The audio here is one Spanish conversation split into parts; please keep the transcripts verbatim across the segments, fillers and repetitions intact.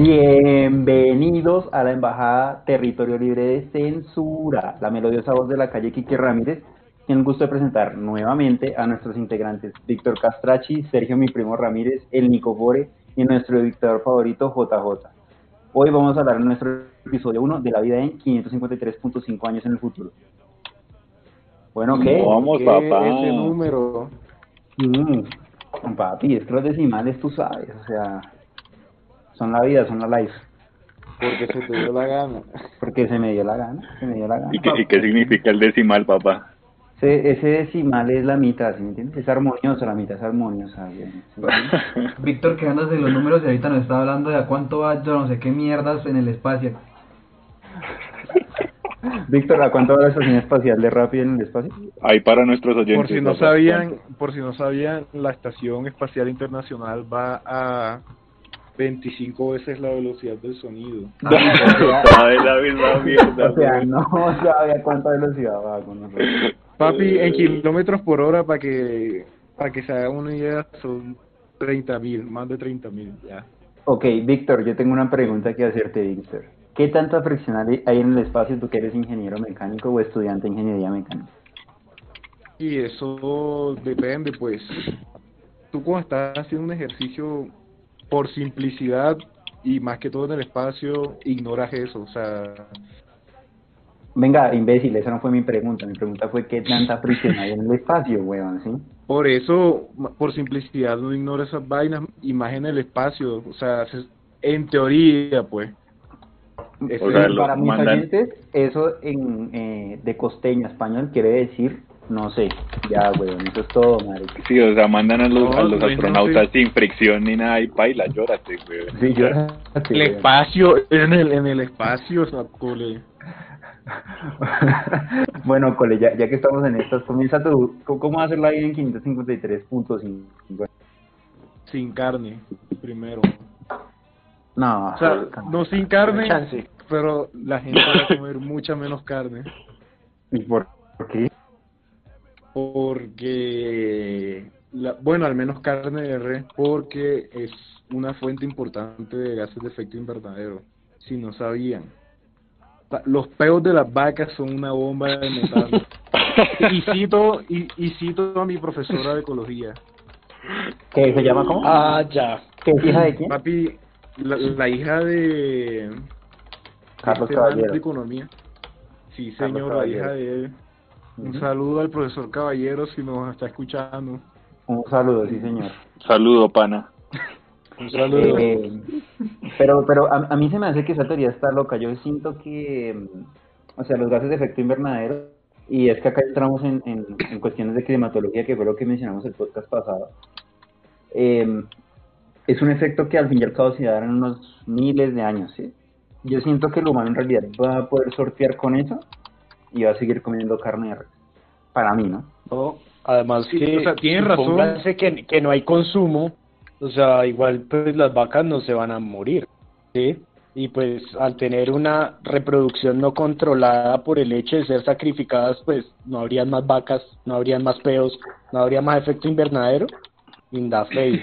Bienvenidos a la Embajada Territorio Libre de Censura, la melodiosa voz de la calle Quique Ramírez. Tiene el gusto de presentar nuevamente a nuestros integrantes Víctor Castrachi, Sergio mi primo Ramírez, el Nico Bore y nuestro dictador favorito J J. Hoy vamos a hablar en nuestro episodio uno de la vida en quinientos cincuenta y tres punto cinco años en el futuro. Bueno, ¿qué? Vamos, ¿Qué papá. ese número? Mm, papi, es que los decimales tú sabes, o sea, son la vida, son la life. Porque se te dio la gana. Porque se me dio la gana, se me dio la gana. ¿Y qué, y qué significa el decimal, papá? Ese, ese decimal es la mitad, ¿sí me entiendes? Es armoniosa, la mitad es armoniosa. ¿Sí? Víctor quedándose de los números y ahorita nos está hablando de a cuánto va yo no sé qué mierdas en el espacio. Víctor, ¿a cuánto va la estación espacial de Rappi en el espacio? Ahí para nuestros oyentes. Por si no papá, sabían, ¿cuánto? por si no sabían, la Estación Espacial Internacional va a veinticinco veces la velocidad del sonido. Ah, es la misma mierda. O sea, güey. no sabía cuánta velocidad va con nosotros. Papi, en kilómetros por hora, para que para que se haga una idea, son treinta mil, más de treinta mil, ya. Ok, Víctor, yo tengo una pregunta que hacerte, Víctor. ¿Qué tanta fricción hay hay en el espacio, tú que eres ingeniero mecánico o estudiante de ingeniería mecánica? Y eso depende, pues. Tú cuando estás haciendo un ejercicio por simplicidad y más que todo en el espacio, ignoras eso, o sea, Venga, imbécil, esa no fue mi pregunta. Mi pregunta fue ¿qué tanta fricción hay en el espacio, weón? ¿Sí? por eso, ma- por simplicidad, no ignoras esas vainas y más en el espacio, o sea, se- en teoría, pues. Ese O sea, es- lo Para mis mandan- oyentes, eso en eh, de costeño español quiere decir, no sé, ya, weón, eso es todo, marica. Sí, o sea, mandan a los, No, a los no, no astronautas sé. sin fricción ni nada y paila, llórate, güey. Sí, yo... el espacio, en el, en el espacio, o sea, cole. Bueno, Cole, ya, ya que estamos en estas, comienza tú. ¿Cómo cómo va a ser la vida en quinientos cincuenta y tres punto cinco? Sin carne, primero. No, O sea, no sin carne, Chance. pero la gente va a comer mucha menos carne. ¿Y por por qué? Porque, la, bueno, al menos carne de res, porque es una fuente importante de gases de efecto invernadero, si no sabían. O sea, los peos de las vacas son una bomba de metano. Y cito, y, y cito a mi profesora de ecología. ¿Qué se llama cómo? Ah, ya. ¿Qué es hija de quién? Papi, la, la hija de Carlos este man Caballero. de economía. Sí, Carlos señor, la Caballero. hija de él. Un Ujú. saludo al profesor Caballero si nos está escuchando. Un saludo, sí, señor. Saludo, pana. Un saludo. Eh, pero pero a, a mí se me hace que esa teoría está loca. Yo siento que, mm, o sea, los gases de efecto invernadero, y es que acá entramos en, en, en cuestiones de climatología, que fue lo que mencionamos el podcast pasado, eh, es un efecto que al fin y al cabo se dará en unos miles de años, ¿sí? Yo siento que el humano en realidad va a poder sortear con eso y va a seguir comiendo carne de res. Para mí, ¿no? No, además Sí, que o sea, tienes razón. supóngase que, que no hay consumo, o sea, igual pues las vacas no se van a morir, ¿sí? Y pues al tener una reproducción no controlada por el hecho de ser sacrificadas, pues no habrían más vacas, no habrían más peos, no habría más efecto invernadero. Inda fey.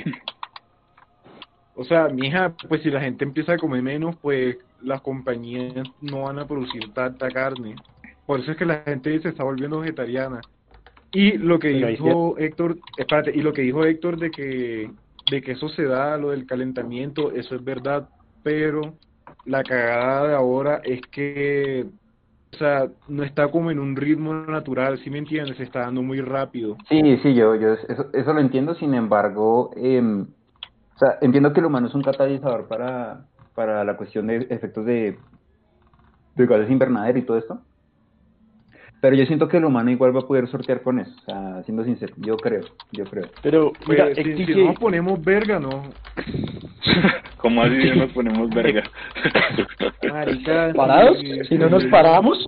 O sea, mija, pues si la gente empieza a comer menos, pues las compañías no van a producir tanta carne. Por eso es que la gente se está volviendo vegetariana. Y lo que Pero ahí dijo Héctor, espérate, y lo que dijo Héctor de que de que eso se da, lo del calentamiento, eso es verdad, pero la cagada de ahora es que, o sea, no está como en un ritmo natural, ¿sí me entiendes? Se está dando muy rápido. Sí, sí, yo, yo eso, eso lo entiendo, sin embargo, eh, o sea, entiendo que el humano es un catalizador para, para la cuestión de efectos de, de gases invernadero y todo esto, pero yo siento que el humano igual va a poder sortear con eso, o sea, siendo sincero, yo creo, yo creo. Pero Pues mira, si, si exige- no nos ponemos verga, no. ¿Cómo así si nos ponemos verga? Marica, ¿parados? si- Si no nos si- paramos,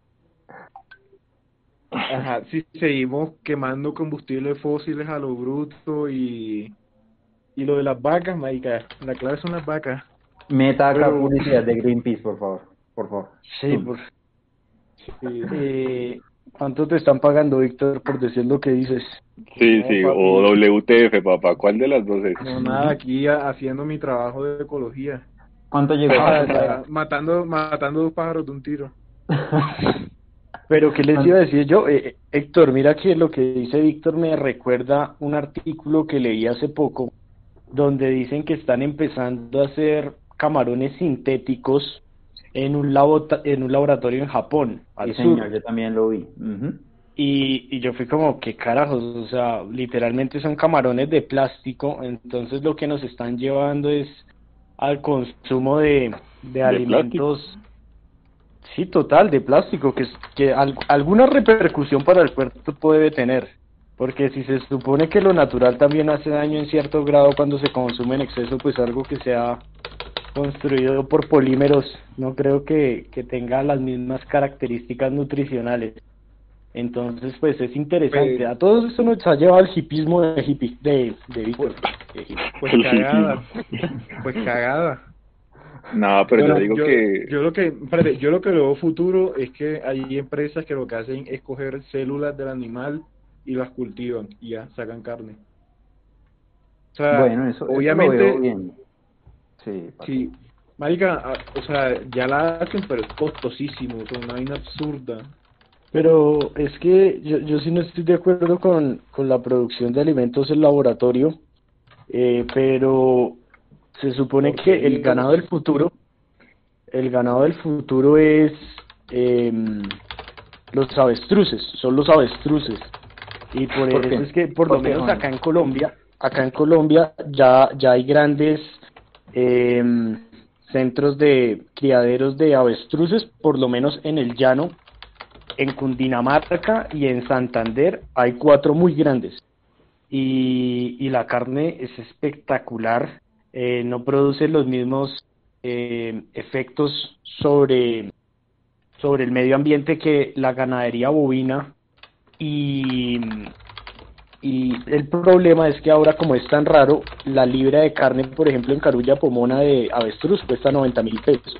Ajá, si seguimos quemando combustibles fósiles a lo bruto y y lo de las vacas, marica, la clave son las vacas. Meta acá Pero- publicidad de Greenpeace, por favor, por favor. sí, por, Sí. eh, ¿cuánto te están pagando, Víctor, por decir lo que dices? Sí, No, sí, papi. o W T F, papá. ¿Cuál de las dos es? No, nada, aquí ha- haciendo mi trabajo de ecología. ¿Cuánto llegó? Ah, ya, matando, matando dos pájaros de un tiro. Pero ¿qué les iba a decir yo? Eh, Héctor, mira que lo que dice Víctor me recuerda un artículo que leí hace poco, donde dicen que están empezando a hacer camarones sintéticos en un, labota- en un laboratorio en Japón, Sí, al sur. señor, yo también lo vi. Ujú. Y, y yo fui como, ¿qué carajos? O sea, literalmente son camarones de plástico, entonces lo que nos están llevando es al consumo de, de alimentos, sí, total, de plástico, que, es- que al- alguna repercusión para el cuerpo debe tener, porque si se supone que lo natural también hace daño en cierto grado cuando se consume en exceso, pues algo que sea construido por polímeros, no creo que, que tenga las mismas características nutricionales. Entonces, pues es interesante. Pues, A todos esto nos ha llevado al hipismo de hippie, de, de Víctor. de hippie. pues El cagada. Pues cagada. No, pero Bueno, yo digo yo, que... yo lo que, espérate, yo lo que veo futuro es que hay empresas que lo que hacen es coger células del animal y las cultivan y ya sacan carne. O sea, Bueno, eso, eso obviamente, lo veo bien. Sí, papi. sí, marica, a- o sea, ya la hacen, pero es costosísimo, o sea, una vaina absurda. Pero es que yo, yo sí no estoy de acuerdo con, con la producción de alimentos en laboratorio, eh, pero se supone ¿Por que qué, el Diego? ganado del futuro, el ganado del futuro es em, los avestruces, son los avestruces. Y por ¿Por eso qué? es que por lo ¿Por qué, menos Juan? acá en Colombia, acá en Colombia ya, ya hay grandes em, centros de criaderos de avestruces, por lo menos en el llano. En Cundinamarca y en Santander hay cuatro muy grandes y, y la carne es espectacular, eh, no produce los mismos eh, efectos sobre, sobre el medio ambiente que la ganadería bovina y, y el problema es que ahora como es tan raro, la libra de carne, por ejemplo en Carulla Pomona de avestruz cuesta noventa mil pesos.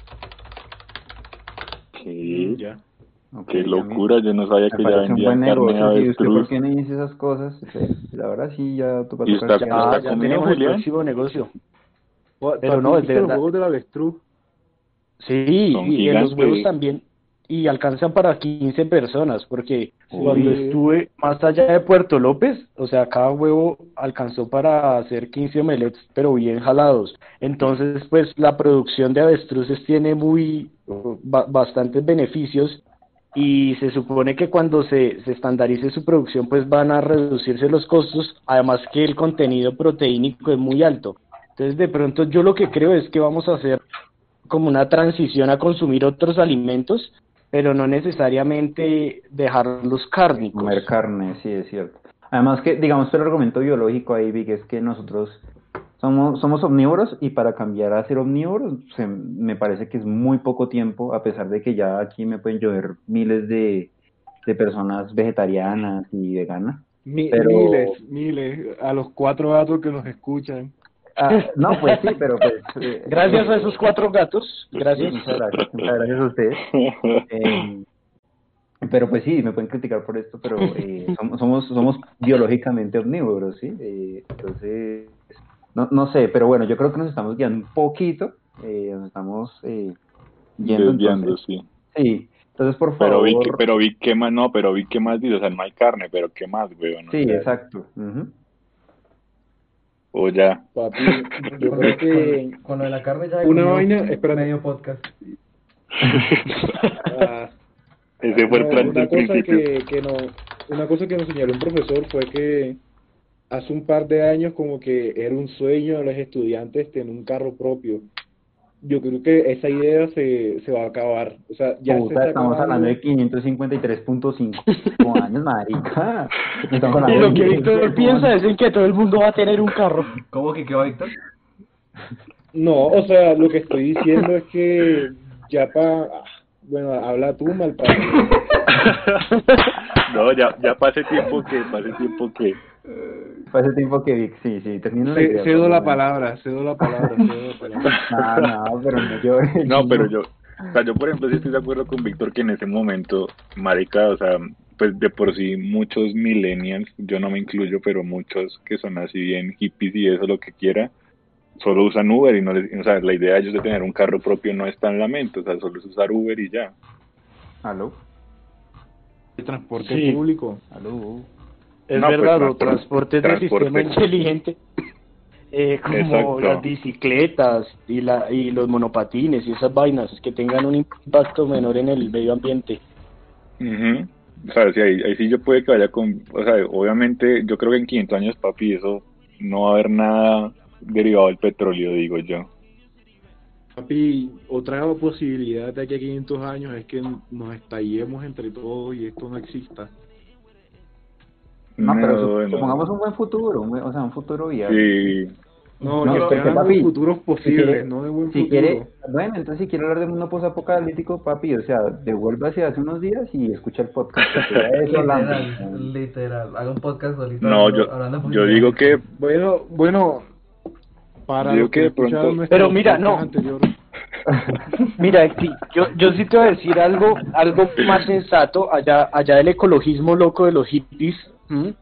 ¿Qué? Ya. Ok, Qué a mí locura, yo no sabía me que ya parece un vendían buen carne de negocio. ¿Y usted por avestruz. qué no dice esas cosas? O sea, la verdad sí, ya toca ¿Y tocar. está- Ya, ¿Está ya comido, tenemos el Julián? próximo negocio. ¿Tú Pero has no, es visto de los verdad. huevos del avestruz? Sí, Son y en los gigantes. huevos también, y alcanzan para quince personas, porque cuando Sí. estuve más allá de Puerto López, o sea, cada huevo alcanzó para hacer quince omelets, pero bien jalados. Entonces, pues la producción de avestruces tiene muy, ba- bastantes beneficios y se supone que cuando se, se estandarice su producción, pues van a reducirse los costos, además que el contenido proteínico es muy alto. Entonces, de pronto yo lo que creo es que vamos a hacer como una transición a consumir otros alimentos, pero no necesariamente dejarlos cárnicos. Comer carne, sí, es cierto. Además que, digamos, el argumento biológico ahí, Vic, es que nosotros somos, somos omnívoros y para cambiar a ser omnívoros se- me parece que es muy poco tiempo, a pesar de que ya aquí me pueden llover miles de, de personas vegetarianas y veganas. Mi- Pero- Miles, miles, a los cuatro gatos que nos escuchan. Ah, no, pues sí, pero pues... eh, Gracias a esos cuatro gatos, Sí, gracias. muchas gracias, muchas gracias a ustedes. Eh, pero pues sí, me pueden criticar por esto, pero eh, somos, somos somos biológicamente omnívoros, ¿sí? Eh, entonces, no, no sé, pero bueno, yo creo que nos estamos guiando un poquito, eh, nos estamos eh, yendo, Desviando, entonces, sí. sí, entonces por Pero favor, vi que, pero vi que más, no, pero vi que más dice, o sea, no hay carne, pero qué más, weón. o sí, sea, exacto, ujú. O ya. Papi, yo creo que Con lo de la carne ya Una comió vaina, espérate. medio podcast. ah, Ese fue el no, plan una del cosa principio. que, que no, una cosa que nos señaló un profesor fue que hace un par de años como que era un sueño de los estudiantes tener un carro propio. Yo creo que esa idea se, se va a acabar. O sea, ya se Puta, está estamos acabando. hablando de quinientos cincuenta y tres punto cinco años, marica. Estamos Y hablando lo de que mil Víctor personas. piensa es en que todo el mundo va a tener un carro. ¿Cómo que qué va, Víctor? No, o sea, lo que estoy diciendo es que ya pa... ah, bueno, habla tú, mal padre. No, ya, ya pasé tiempo que, pasé tiempo que. Fue hace tiempo que Vic, sí, sí, termino la Ce- idea, cedo pero la bueno. palabra, cedo la palabra, cedo la palabra. No, no, pero no yo. No, pero yo, o sea, yo por ejemplo sí estoy de acuerdo con Víctor que en ese momento, marica, o sea, pues de por sí muchos millennials, yo no me incluyo, pero muchos que son así bien hippies y eso lo que quiera, solo usan Uber y no les, o sea, la idea de ellos de tener un carro propio no está en la mente, o sea, solo es usar Uber y ya. ¿Aló? El transporte Sí. público. ¿Aló? Es No, pues, verdad, o transporte- transportes de transporte. sistema inteligente, eh, como Exacto. las bicicletas y, la, y los monopatines y esas vainas que tengan un impacto menor en el medio ambiente. Ujú. O sea, sí, ahí, ahí sí yo puede que vaya con, o sea, obviamente yo creo que en quinientos años, papi, eso no va a haber nada derivado del petróleo, digo yo. Papi, otra posibilidad de aquí a quinientos años es que nos estallemos entre todos y esto no exista. No, pero No, sup- no. supongamos un buen futuro, un buen- o sea, un futuro viable. Sí, No, No, yo estoy porque, hablando papi, de futuros Si posibles, quiere, no de buen si futuro. quiere, bueno, entonces si quiere hablar de mundo posapocalíptico, papi, o sea, devuélvase hace unos días y escucha el podcast, porque ya de eso hablamos. Literal, literal. Haga un podcast solito no, hablando, yo, hablando yo digo que, Bueno, bueno, para Digo los que, que de escucharon pronto- nuestros Pero mira, podcasts no. anteriores, Mira, sí, yo, yo sí te voy a decir algo, algo más sensato, allá, allá del ecologismo loco de los hippies. ¿m?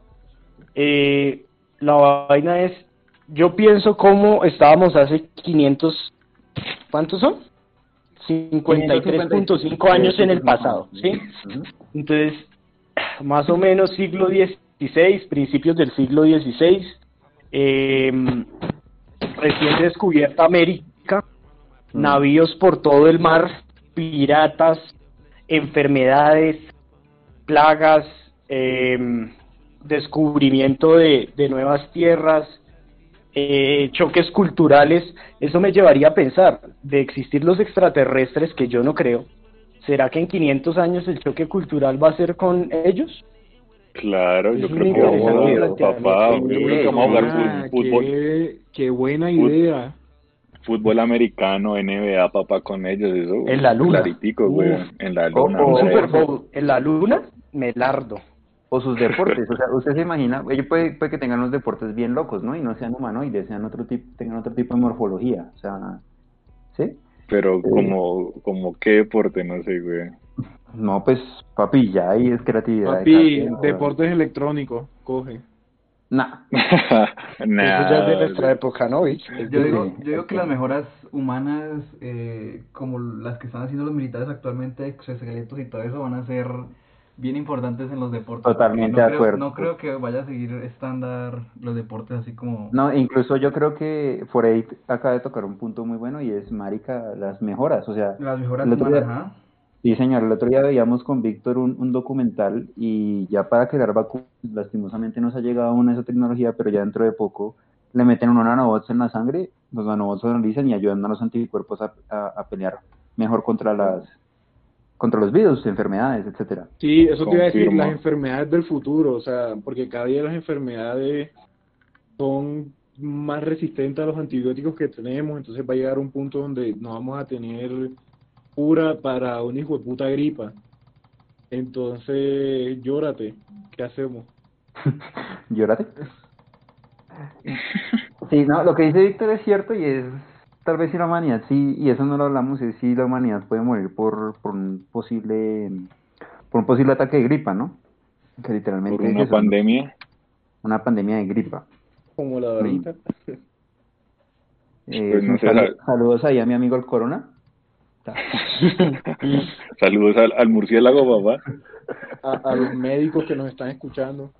Eh, la vaina es, yo pienso como estábamos hace quinientos, ¿cuántos son? cincuenta y tres punto cinco años en el pasado, ¿sí? Ujú. Entonces, más o menos siglo dieciséis, principios del siglo dieciséis, eh, recién descubierta América, Mm. navíos por todo el mar, piratas, enfermedades, plagas, eh, descubrimiento de, de nuevas tierras, eh, choques culturales. Eso me llevaría a pensar, de existir los extraterrestres, que yo no creo, ¿será que en quinientos años el choque cultural va a ser con ellos? claro, yo Es creo un que vamos interesante a, planteamiento. papá, yo creo que vamos a jugar ah, fu- fútbol, qué, qué buena Fut- idea. fútbol americano, N B A, papá, con ellos, eso, En la luna. claritico, Uf. güey, en la O- luna, o- Un hombre. Super Bowl en la luna, me lardo. O sus deportes, o sea, usted se imagina, ellos puede, puede que tengan unos deportes bien locos, ¿no? Y no sean humanoides, sean otro tipo, tengan otro tipo de morfología, o sea, ¿sí? Pero como, como qué deporte, no sé, güey. No, pues, papi, ya ahí es creatividad. de Papi, cada quien, o sea. deportes electrónicos, coge. Nah, Nah, Eso ya es de nuestra época, ¿no, Vic? Yo digo, Sí, yo digo que sí. las mejoras humanas, eh, como las que están haciendo los militares actualmente, exoesqueletos y todo eso, van a ser bien importantes en los deportes. Totalmente porque no de creo, acuerdo. No creo que vaya a seguir estándar los deportes así como... No, incluso yo creo que Foray acaba de tocar un punto muy bueno y es, marica, las mejoras, o sea, Las mejoras el otro humanas, día- ajá. sí señor, el otro día veíamos con Víctor un, un documental y ya para crear vacunas, lastimosamente no se ha llegado aún a esa tecnología, pero ya dentro de poco le meten unos nanobots en la sangre, los nanobots se analizan y ayudan a los anticuerpos a, a, a pelear mejor contra las contra los virus, enfermedades, etcétera. Sí, eso te iba a decir, Confirmo. las enfermedades del futuro, o sea, porque cada día las enfermedades son más resistentes a los antibióticos que tenemos, entonces va a llegar un punto donde no vamos a tener cura para una hijo de puta gripa. Entonces, llórate, ¿qué hacemos? Llórate. Sí, no, lo que dice Víctor es cierto y es tal vez si la humanidad sí, y eso no lo hablamos, es si la humanidad puede morir por, por un posible por un posible ataque de gripa, ¿no? Que literalmente por es una eso, ¿no? pandemia. Una pandemia de gripa. Como la de ahorita. Eh, Pues no un sé, salu- la- saludos ahí a mi amigo el Corona. Ta. Saludos al, al murciélago, papá. A, a los médicos que nos están escuchando.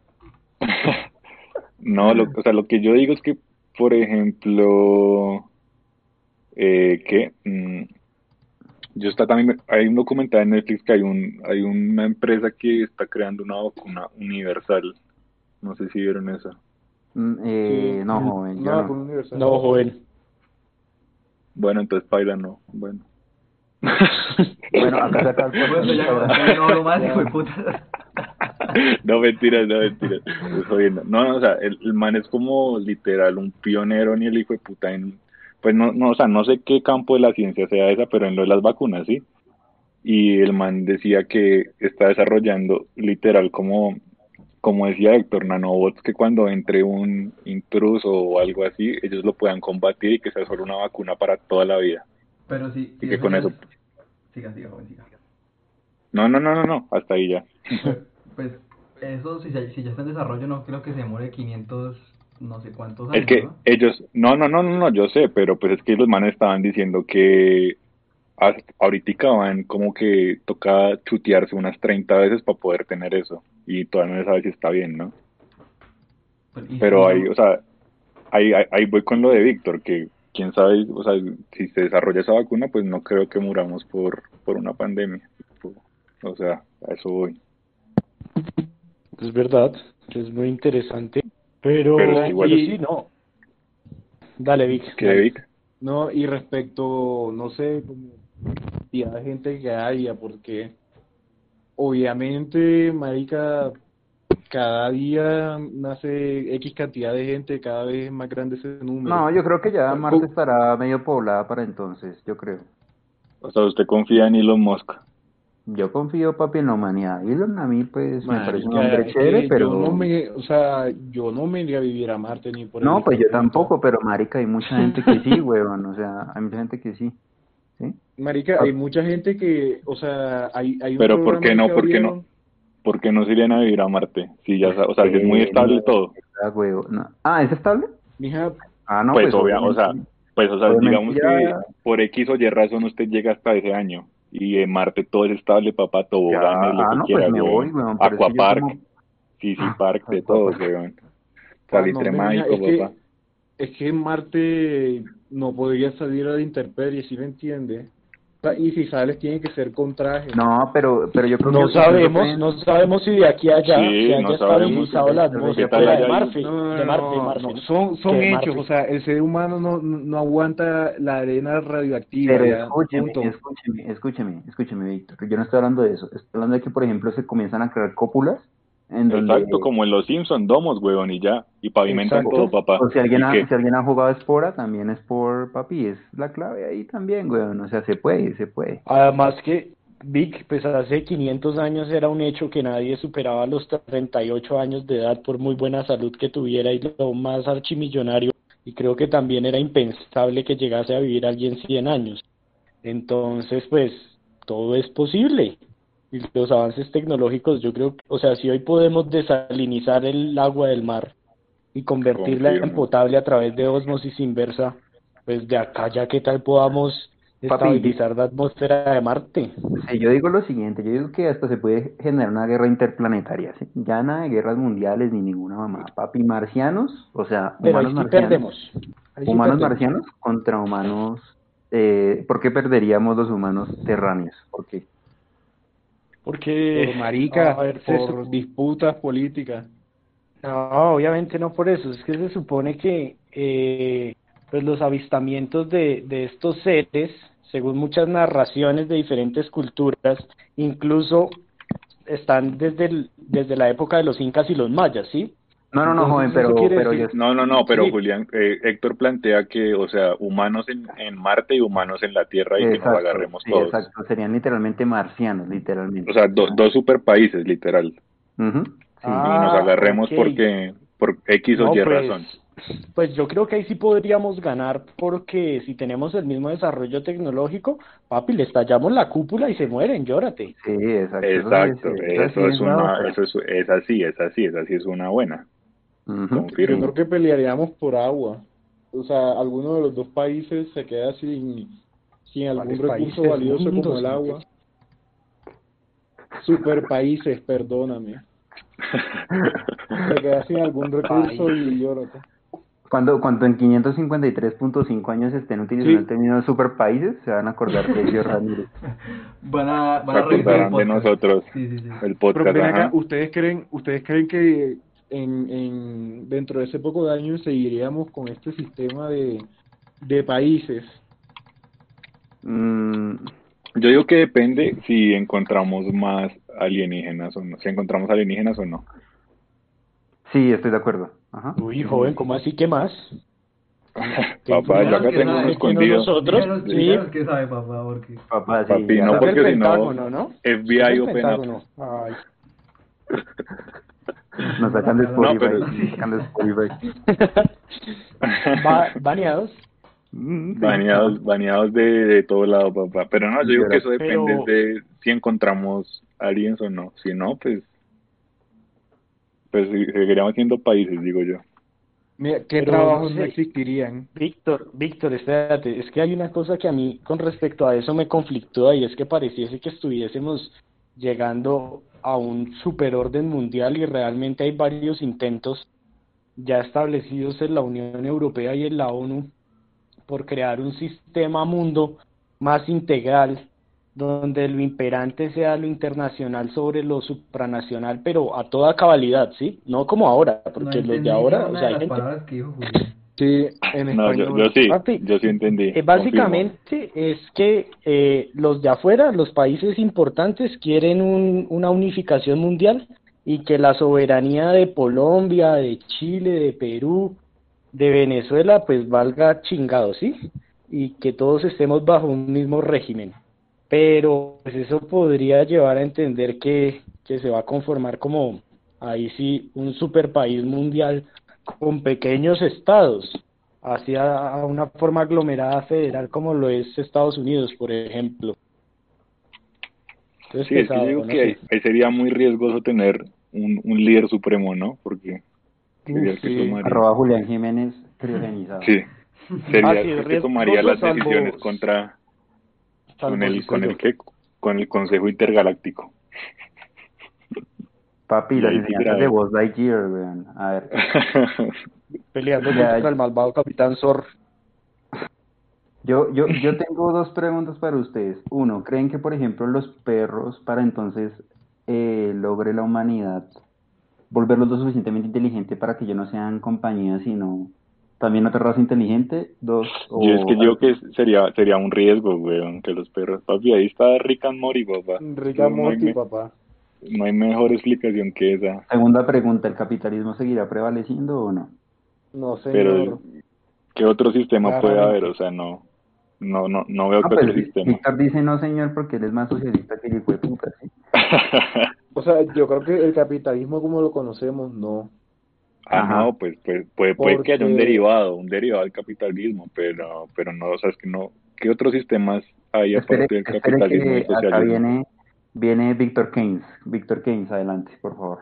No, lo, o sea, lo que yo digo es que, por ejemplo, eh, que mm, yo está también, hay un documental en Netflix que hay un, hay una empresa que está creando una vacuna universal. No sé si vieron eso. Mm, eh, Sí. no, joven, yo No, no. con universal. No, joven. Bueno, entonces paila no. Bueno. Bueno, acá saca el Pues eso ya no, no hablo más, hijo de puta. No, mentiras, no, mentiras. Estoy jodiendo. No, no, o sea, el, el man es como literal un pionero ni el hijo de puta en, pues no, no, o sea, no sé qué campo de la ciencia sea esa, pero en lo de las vacunas, ¿sí? Y el man decía que está desarrollando literal como, como decía Héctor, nanobots que cuando entre un intruso o algo así, ellos lo puedan combatir y que sea solo una vacuna para toda la vida. Pero sí, Y sí, que con ya eso... es- Siga, siga, joven, siga. No, no, no, no, no, hasta ahí ya. Pues, pues eso, si ya, si ya está en desarrollo, no creo que se demore quinientos no sé cuántos Es años, que ¿no? ellos, no, no, no, no, no, yo sé, pero pues es que los manes estaban diciendo que a- ahorita van como que toca chutearse unas treinta veces para poder tener eso. Y todavía no se sabe si está bien, ¿no? Pero- Y, y Pero ahí, son, o sea, ahí, ahí, ahí voy con lo de Víctor, que quién sabe, o sea, si se desarrolla esa vacuna, pues no creo que muramos por, por una pandemia. O sea, a eso voy. Es verdad, es muy interesante. Pero es que Pero, igual, pero Y sí, no. Dale, Vic, ¿qué, dale. Vic? no, y respecto, no sé, como cantidad de gente que haya, porque obviamente, marica, cada día nace X cantidad de gente, cada vez es más grande ese número. No, yo creo que O ya sea, Marte co- estará medio poblada para entonces, yo creo. O sea, ¿usted confía en Elon Musk? Yo confío, papi, en la humanidad. Elon a mí, pues, me parece un marica, hombre es chévere, que yo no pero... me, o sea, yo no me iría a vivir a Marte ni por el No, hijo pues de yo puta. tampoco, pero marica, hay mucha gente que sí, weón. O sea, hay mucha gente que sí, ¿sí? Marica, hay Ah, mucha gente que, o sea, hay, hay un Pero ¿por programa qué ahí que no? ¿Por qué no? abrieron. ¿Por qué no se irían a vivir a Marte? Si ya, sa- o sea, si es muy eh, estable todo. mierda, weón. No. Ah, ¿es estable? Mija, Ah, no, Pues pues obvia, o obviamente, sea, pues o sea, obviamente digamos que ya, por X o Y razón usted llega hasta ese año y en Marte todo es estable, papá, ya, toboganes, lo ah, que no, pues quiera, me voy, weón. weón, pero es que yo Aquapark, como, Sisi Park, de todo, papá, weón. ah, no, Salitre hombre, mija, mágico, es papá. que, es que en Marte no podría salir a la intemperie, ¿sí me entiende? O sea, y si sales tiene que ser con traje. no, pero, pero yo creo que No ustedes lo sabemos, no pueden, sabemos si de aquí a allá se Sí, no haya sabemos qué, estabilizado tal la tal vez qué ya tal atmósfera de haya pueden, ahí. Marte, No, de no, Marte, de no, Marte, no, ¿no? son, Que son de hechos, o Marte. sea, el ser humano no, no no aguanta la arena radioactiva, pero ya, escúcheme, punto. escúcheme, escúcheme, escúcheme, Víctor, yo no estoy hablando de eso, estoy hablando de que, por ejemplo, se comienzan a crear cópulas en Exacto, donde, como en los Simpson, domos, weón, y ya. Y pavimentan o, todo, Exacto. papá. o si alguien ¿Y ha, qué? si alguien ha jugado Espora, también es por, papi, es la clave ahí también, weón, o sea, se puede, se puede. Además que Vic, pues hace quinientos años era un hecho que nadie superaba los treinta y ocho años de edad por muy buena salud que tuviera y lo más archimillonario. Y creo que también era impensable que llegase a vivir alguien cien años. Entonces, pues, todo es posible. Y los avances tecnológicos, yo creo, que- o sea, si hoy podemos desalinizar el agua del mar y convertirla en Confirmo. potable a través de ósmosis inversa, pues de acá ya qué tal podamos Papi, yo, estabilizar la atmósfera de Marte. sí, yo digo lo siguiente, yo digo que hasta se puede generar una guerra interplanetaria, ¿sí? Ya nada de guerras mundiales ni ninguna mamá. Papi, marcianos, o sea, Pero ahí humanos sí marcianos, perdemos, ahí sí humanos perdemos. marcianos contra humanos, eh, ¿por qué perderíamos los humanos terráneos? ¿Por qué? Porque, Por a marica, ver, se por disputas políticas. no, obviamente no por eso, es que se supone que eh, pues los avistamientos de, de estos seres, según muchas narraciones de diferentes culturas, incluso están desde, el- desde la época de los incas y los mayas, ¿sí? No, no, no, Entonces joven, eso pero, quiere pero yo, decir, No, no, no, pero sí, Julián, eh, Héctor plantea que, o sea, humanos en, en Marte y humanos en la Tierra y que nos exacto, agarremos sí, todos. exacto, serían literalmente marcianos, O literalmente. sea, O do- sea, dos super países, literal. ujú, sí. Y nos ah, agarremos ok, porque, por X o no, Y pues, razón. pues yo creo que ahí sí podríamos ganar porque si tenemos el mismo desarrollo tecnológico, papi, le estallamos la cúpula y se mueren, llórate. Sí, exacto, eso sí es, Exacto, eso sí eso es es una una, otra. eso es, es así, es así, es así, es una buena. Ujú, Yo sí. creo Confirmo. que pelearíamos por agua. O sea, alguno de los dos países se queda sin, sin algún ¿Cuáles recurso países? valioso como Mundos, el ¿no? agua. Super países, perdóname. Se queda sin algún recurso y Países. llórate. Cuando, cuando en quinientos cincuenta y tres punto cinco años estén utilizando el Sí, término superpaíses, se van a acordar de Elvio Ramírez. Van a, van Se a revisar el acordarán de podcast. nosotros, Sí, sí, sí. el pero podcast, ven acá, ajá. ¿ustedes creen, ustedes creen que en, en dentro de ese poco de años seguiríamos con este sistema de, de países? Mm, Yo digo que depende si encontramos más alienígenas o no, si encontramos alienígenas o no. sí, estoy de acuerdo. Ajá. Uy, Sí, sí, joven, ¿cómo sí. así? ¿Qué más? ¿Qué Papá, yo Díganos acá qué tengo información uno sabe. que tiene escondido. nosotros? Díganos, Sí, díganos qué sabe, papá, porque... Papá, sí, Papi, ya. no, eso es del porque si no, Pentágono, ¿no? Eso es F B I del o Penap. Pentágono. Ay. Nos Nos tumban sacan de acá la... No, Spotify, pero nos sacan de Spotify. Ba- baneados, Mm, sí, ajá. baneados, baneados de, de todo lado, papá. Pero no, yo digo que Llorar. eso depende pero de si encontramos aliens o no. Si no, pues, pues sí, seguiríamos siendo países, digo yo. Mira, ¿qué Pero trabajos no no sé. existirían? Víctor, Víctor, espérate, es que hay una cosa que a mí con respecto a eso me conflictúa y es que pareciese que estuviésemos llegando a un superorden mundial y realmente hay varios intentos ya establecidos en la Unión Europea y en la ONU por crear un sistema mundo más integral, donde lo imperante sea lo internacional sobre lo supranacional, pero a toda cabalidad, ¿sí? No como ahora, No porque los de entendí ni ahora, o una sea, de hay las gente. palabras que dijo Julián. Sí, en No, yo, yo español. sí, Papi, yo sí entendí, eh, confirmo. básicamente es que eh, los de afuera, los países importantes, quieren un, una unificación mundial y que la soberanía de Colombia, de Chile, de Perú, de Venezuela, pues valga chingado, ¿sí? Y que todos estemos bajo un mismo régimen. Pero pues eso podría llevar a entender que, que se va a conformar como, ahí sí, un super país mundial con pequeños estados, hacia una forma aglomerada federal como lo es Estados Unidos, por ejemplo. Entonces Sí, es que yo pesado, digo no que ahí, sé. ahí sería muy riesgoso tener un, un líder supremo, ¿no? Porque Uf, sería el que sí. tomaría. Arroba Julián Jiménez criogenizado. Sí, Ah, sería sí, el que tomaría riesgoso las decisiones salvo, contra, con salvo si el, soy con yo. el qué, con el Consejo Intergaláctico. Papi, Y las ahí sí enseñanzas de grave. Buzz Lightyear, weón. A ver, Peleando ya, contra el malvado Capitán Zor. yo, yo, yo tengo dos preguntas para ustedes. Uno, ¿creen que, por ejemplo, los perros para entonces eh, logre la humanidad volverlos lo suficientemente inteligente para que ya no sean compañía, sino también otra raza inteligente? Dos, Yo es que o yo que sería sería un riesgo, weón, que los perros. Papi, ahí está Rick and Morty, papá. Rick Eso and no hay, Morty, me- papá. no hay mejor explicación que esa. segunda pregunta, ¿el capitalismo seguirá prevaleciendo o no? No, Pero, señor. ¿qué otro sistema puede haber? O Claramente. sea, no, no, no, no veo Ah, que otro pues Vi- sistema. Víctor dice no, señor, porque él es más socialista que el hijo de puta, ¿sí? O sea, yo creo que el capitalismo como lo conocemos, no. Ah, Ajá. no, pues, pues puede, puede que haya un Porque, derivado, un derivado del capitalismo, pero, pero no, o sea, es que no, ¿qué otros sistemas hay Espere, aparte del espere capitalismo y que el acá socialismo? viene, viene Víctor Keynes. Víctor Keynes, adelante, por favor.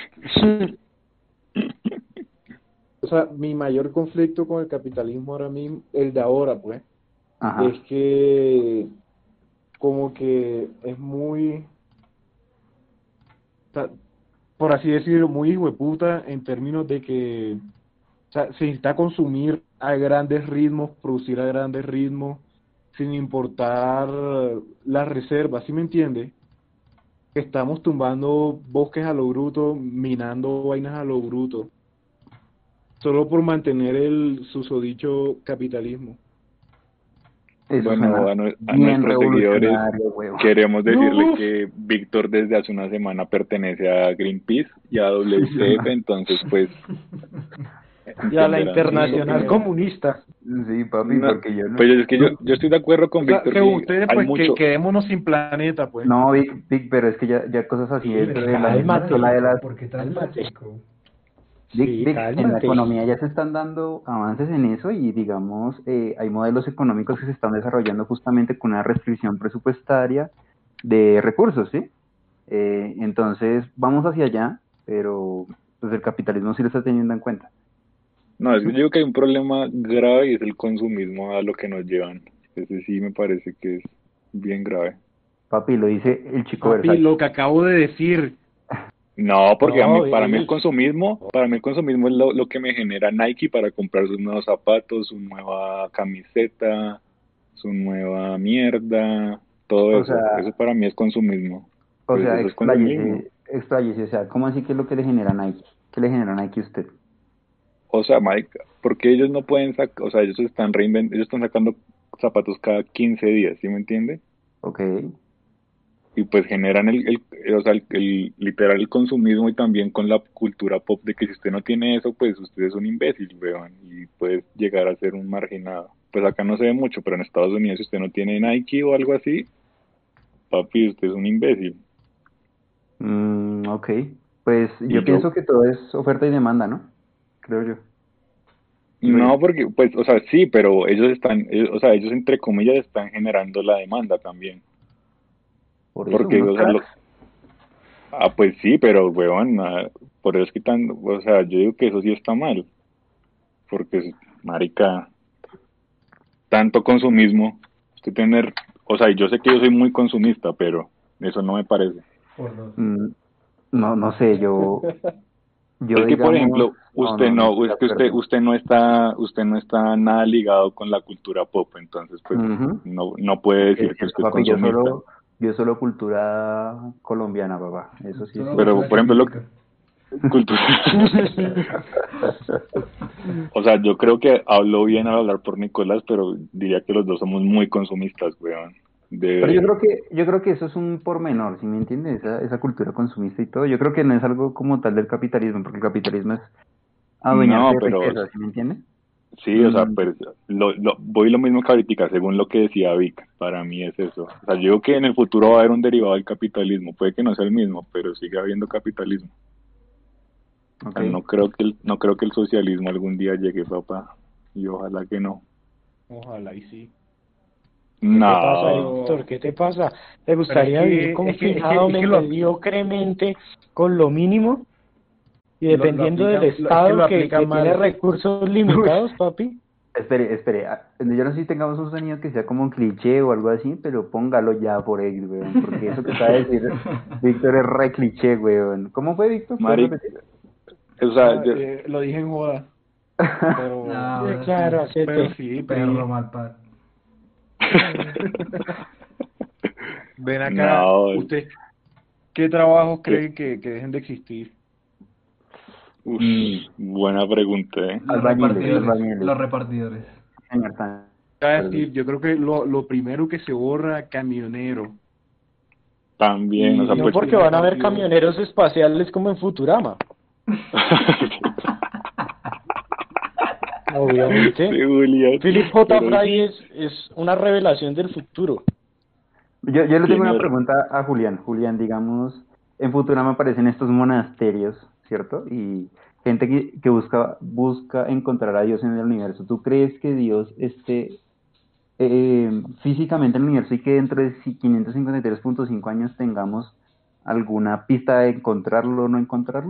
o sea, mi mayor conflicto con el capitalismo ahora mismo, el de ahora, pues, Ajá. es que como que es muy, o sea, por así decirlo, muy hijueputa en términos de que, o sea, se necesita consumir a grandes ritmos, producir a grandes ritmos, sin importar las reservas, ¿sí me entiende? Que estamos tumbando bosques a lo bruto, minando vainas a lo bruto, solo por mantener el susodicho capitalismo. Eso Bueno, suena a, nue- a bien nuestros seguidores revolucionario, huevo. queremos decirle ¡Uf! que Víctor desde hace una semana pertenece a Greenpeace y a W C F, entonces pues Y a la entenderán sus Internacional Bien. opiniones. Comunista. Sí, papi, No, porque yo no. pues es que yo, No, yo estoy de acuerdo O con sea, Víctor según que ustedes, hay pues que mucho, quedémonos sin planeta, pues. no, Vic, Vic, pero es que ya, ya cosas así Uy, dentro pero de ¿por la qué tan misma Cálmate, escuela de drástico? las. ¿Por qué tan cálmate. drástico? Vic, Sí, Vic, en la cálmate. economía ya se están dando avances en eso y digamos, eh, hay modelos económicos que se están desarrollando justamente con una restricción presupuestaria de recursos, ¿sí? Eh, entonces, vamos hacia allá, pero pues el capitalismo sí lo está teniendo en cuenta. no, es que yo digo que hay un problema grave y es el consumismo a lo que nos llevan. Ese sí me parece que es bien grave. Papi, lo dice el chico Papi, Versace. lo que acabo de decir. No, porque a mí, No, para mí el ey, consumismo, para mí el consumismo es lo, lo que me genera Nike para comprar sus nuevos zapatos, su nueva camiseta, su nueva mierda, todo O eso. sea, Eso para mí es consumismo. o Pues sea, eso es consumismo. expláyese, expláyese, o sea, ¿cómo así que es lo que le genera Nike? ¿Qué le genera Nike a usted? O sea, Mike, porque ellos no pueden sacar, o sea, ellos están reinvent, ellos están sacando zapatos cada quince días, ¿sí me entiende? Ok, Y pues generan el, el, el- o sea, el, el- literal el consumismo y también con la cultura pop de que si usted no tiene eso, pues usted es un imbécil, weón, y puede llegar a ser un marginado. Pues acá no se ve mucho, pero en Estados Unidos si usted no tiene Nike o algo así, papi, usted es un imbécil. mm, ok. Pues yo Y yo, pienso que todo es oferta y demanda, ¿no? Creo yo. Digo yo. no, porque, pues, o sea, sí, pero ellos están, ellos- o sea, ellos entre comillas están generando la demanda también. Por eso, Porque, unos o sea, cracks. lo, ah, pues sí, pero, weón, ah, por eso es que tan, o sea, yo digo que eso sí está mal. porque, marica, tanto consumismo, usted tener, o sea, yo sé que yo soy muy consumista, pero eso no me parece. Por dos. Mm, no, no sé, yo, yo Es que, por digamos, ejemplo, usted no, no no, estoy es de que usted, acuerdo. usted no está, usted no está nada ligado con la cultura pop, entonces, pues, Ujú. no, no puede Es decir que cierto, usted es papi, yo consumista. solo, yo solo cultura colombiana, papá, eso sí es Solo cierto. Pero, cultura por ejemplo, lo chapística. cultura, o sea, yo creo que hablo bien al hablar por Nicolás, pero diría que los dos somos muy consumistas, weón. Pero yo De, creo que, yo creo que eso es un pormenor, ¿sí me entiendes? Esa, esa cultura consumista y todo. Yo creo que no es algo como tal del capitalismo, porque el capitalismo es adueñarse no, de pero riqueza, ¿sí me entiendes? sí, o sea, Mm, pues lo, lo, voy lo mismo que ahorita, según lo que decía Vic, para mí es eso. O sea, yo digo que en el futuro va a haber un derivado del capitalismo, puede que no sea el mismo, pero sigue habiendo capitalismo. O ok. sea, no creo que el, no creo que el socialismo algún día llegue, papá, y ojalá que no. Ojalá y sí. ¿Qué te pasa, No, Víctor? ¿Qué te pasa? ¿Te Pero es gustaría vivir que, es que, es que, confinado es que me- lo, apl- mediocremente con lo mínimo y lo, lo dependiendo del aplican, lo- es que lo Estado que, aplican que tiene mal. recursos Uy, limitados, papi? Espere, espere. ah, Yo no sé si tengamos un sonido que sea como un cliché o algo así, pero póngalo ya por ahí, weón, porque eso que acaba de decir Víctor es re cliché, weón. ¿Cómo fue, Víctor? ¿Puedes Mari, repetir? o sea, ah, yo- eh, lo dije en joda, No, pero, Sí, ahora claro, sí. pero hacete. sí, Perro Pri. malpad. Ven acá, no, ¿usted qué trabajos que, cree que, que dejen de existir? uf, Mm, buena pregunta, ¿eh? Los albañiles, repartidores. albañiles. Los repartidores. Señor Tan- Voy a perdón. decir, yo creo que lo, lo primero que se borra, camionero. También, o sea, Y No pues, porque tiene van a haber sentido. camioneros espaciales como en Futurama, obviamente. sí, Julián, Philip J. pero Fry es, es una revelación del futuro. Yo, yo le tengo una tiene, pregunta a Julián. Julián, digamos, en Futurama aparecen estos monasterios, ¿cierto? Y gente que, que busca, busca encontrar a Dios en el universo. ¿Tú crees que Dios esté eh, físicamente en el universo y que dentro de si- quinientos cincuenta y tres punto cinco años tengamos alguna pista de encontrarlo o no encontrarlo?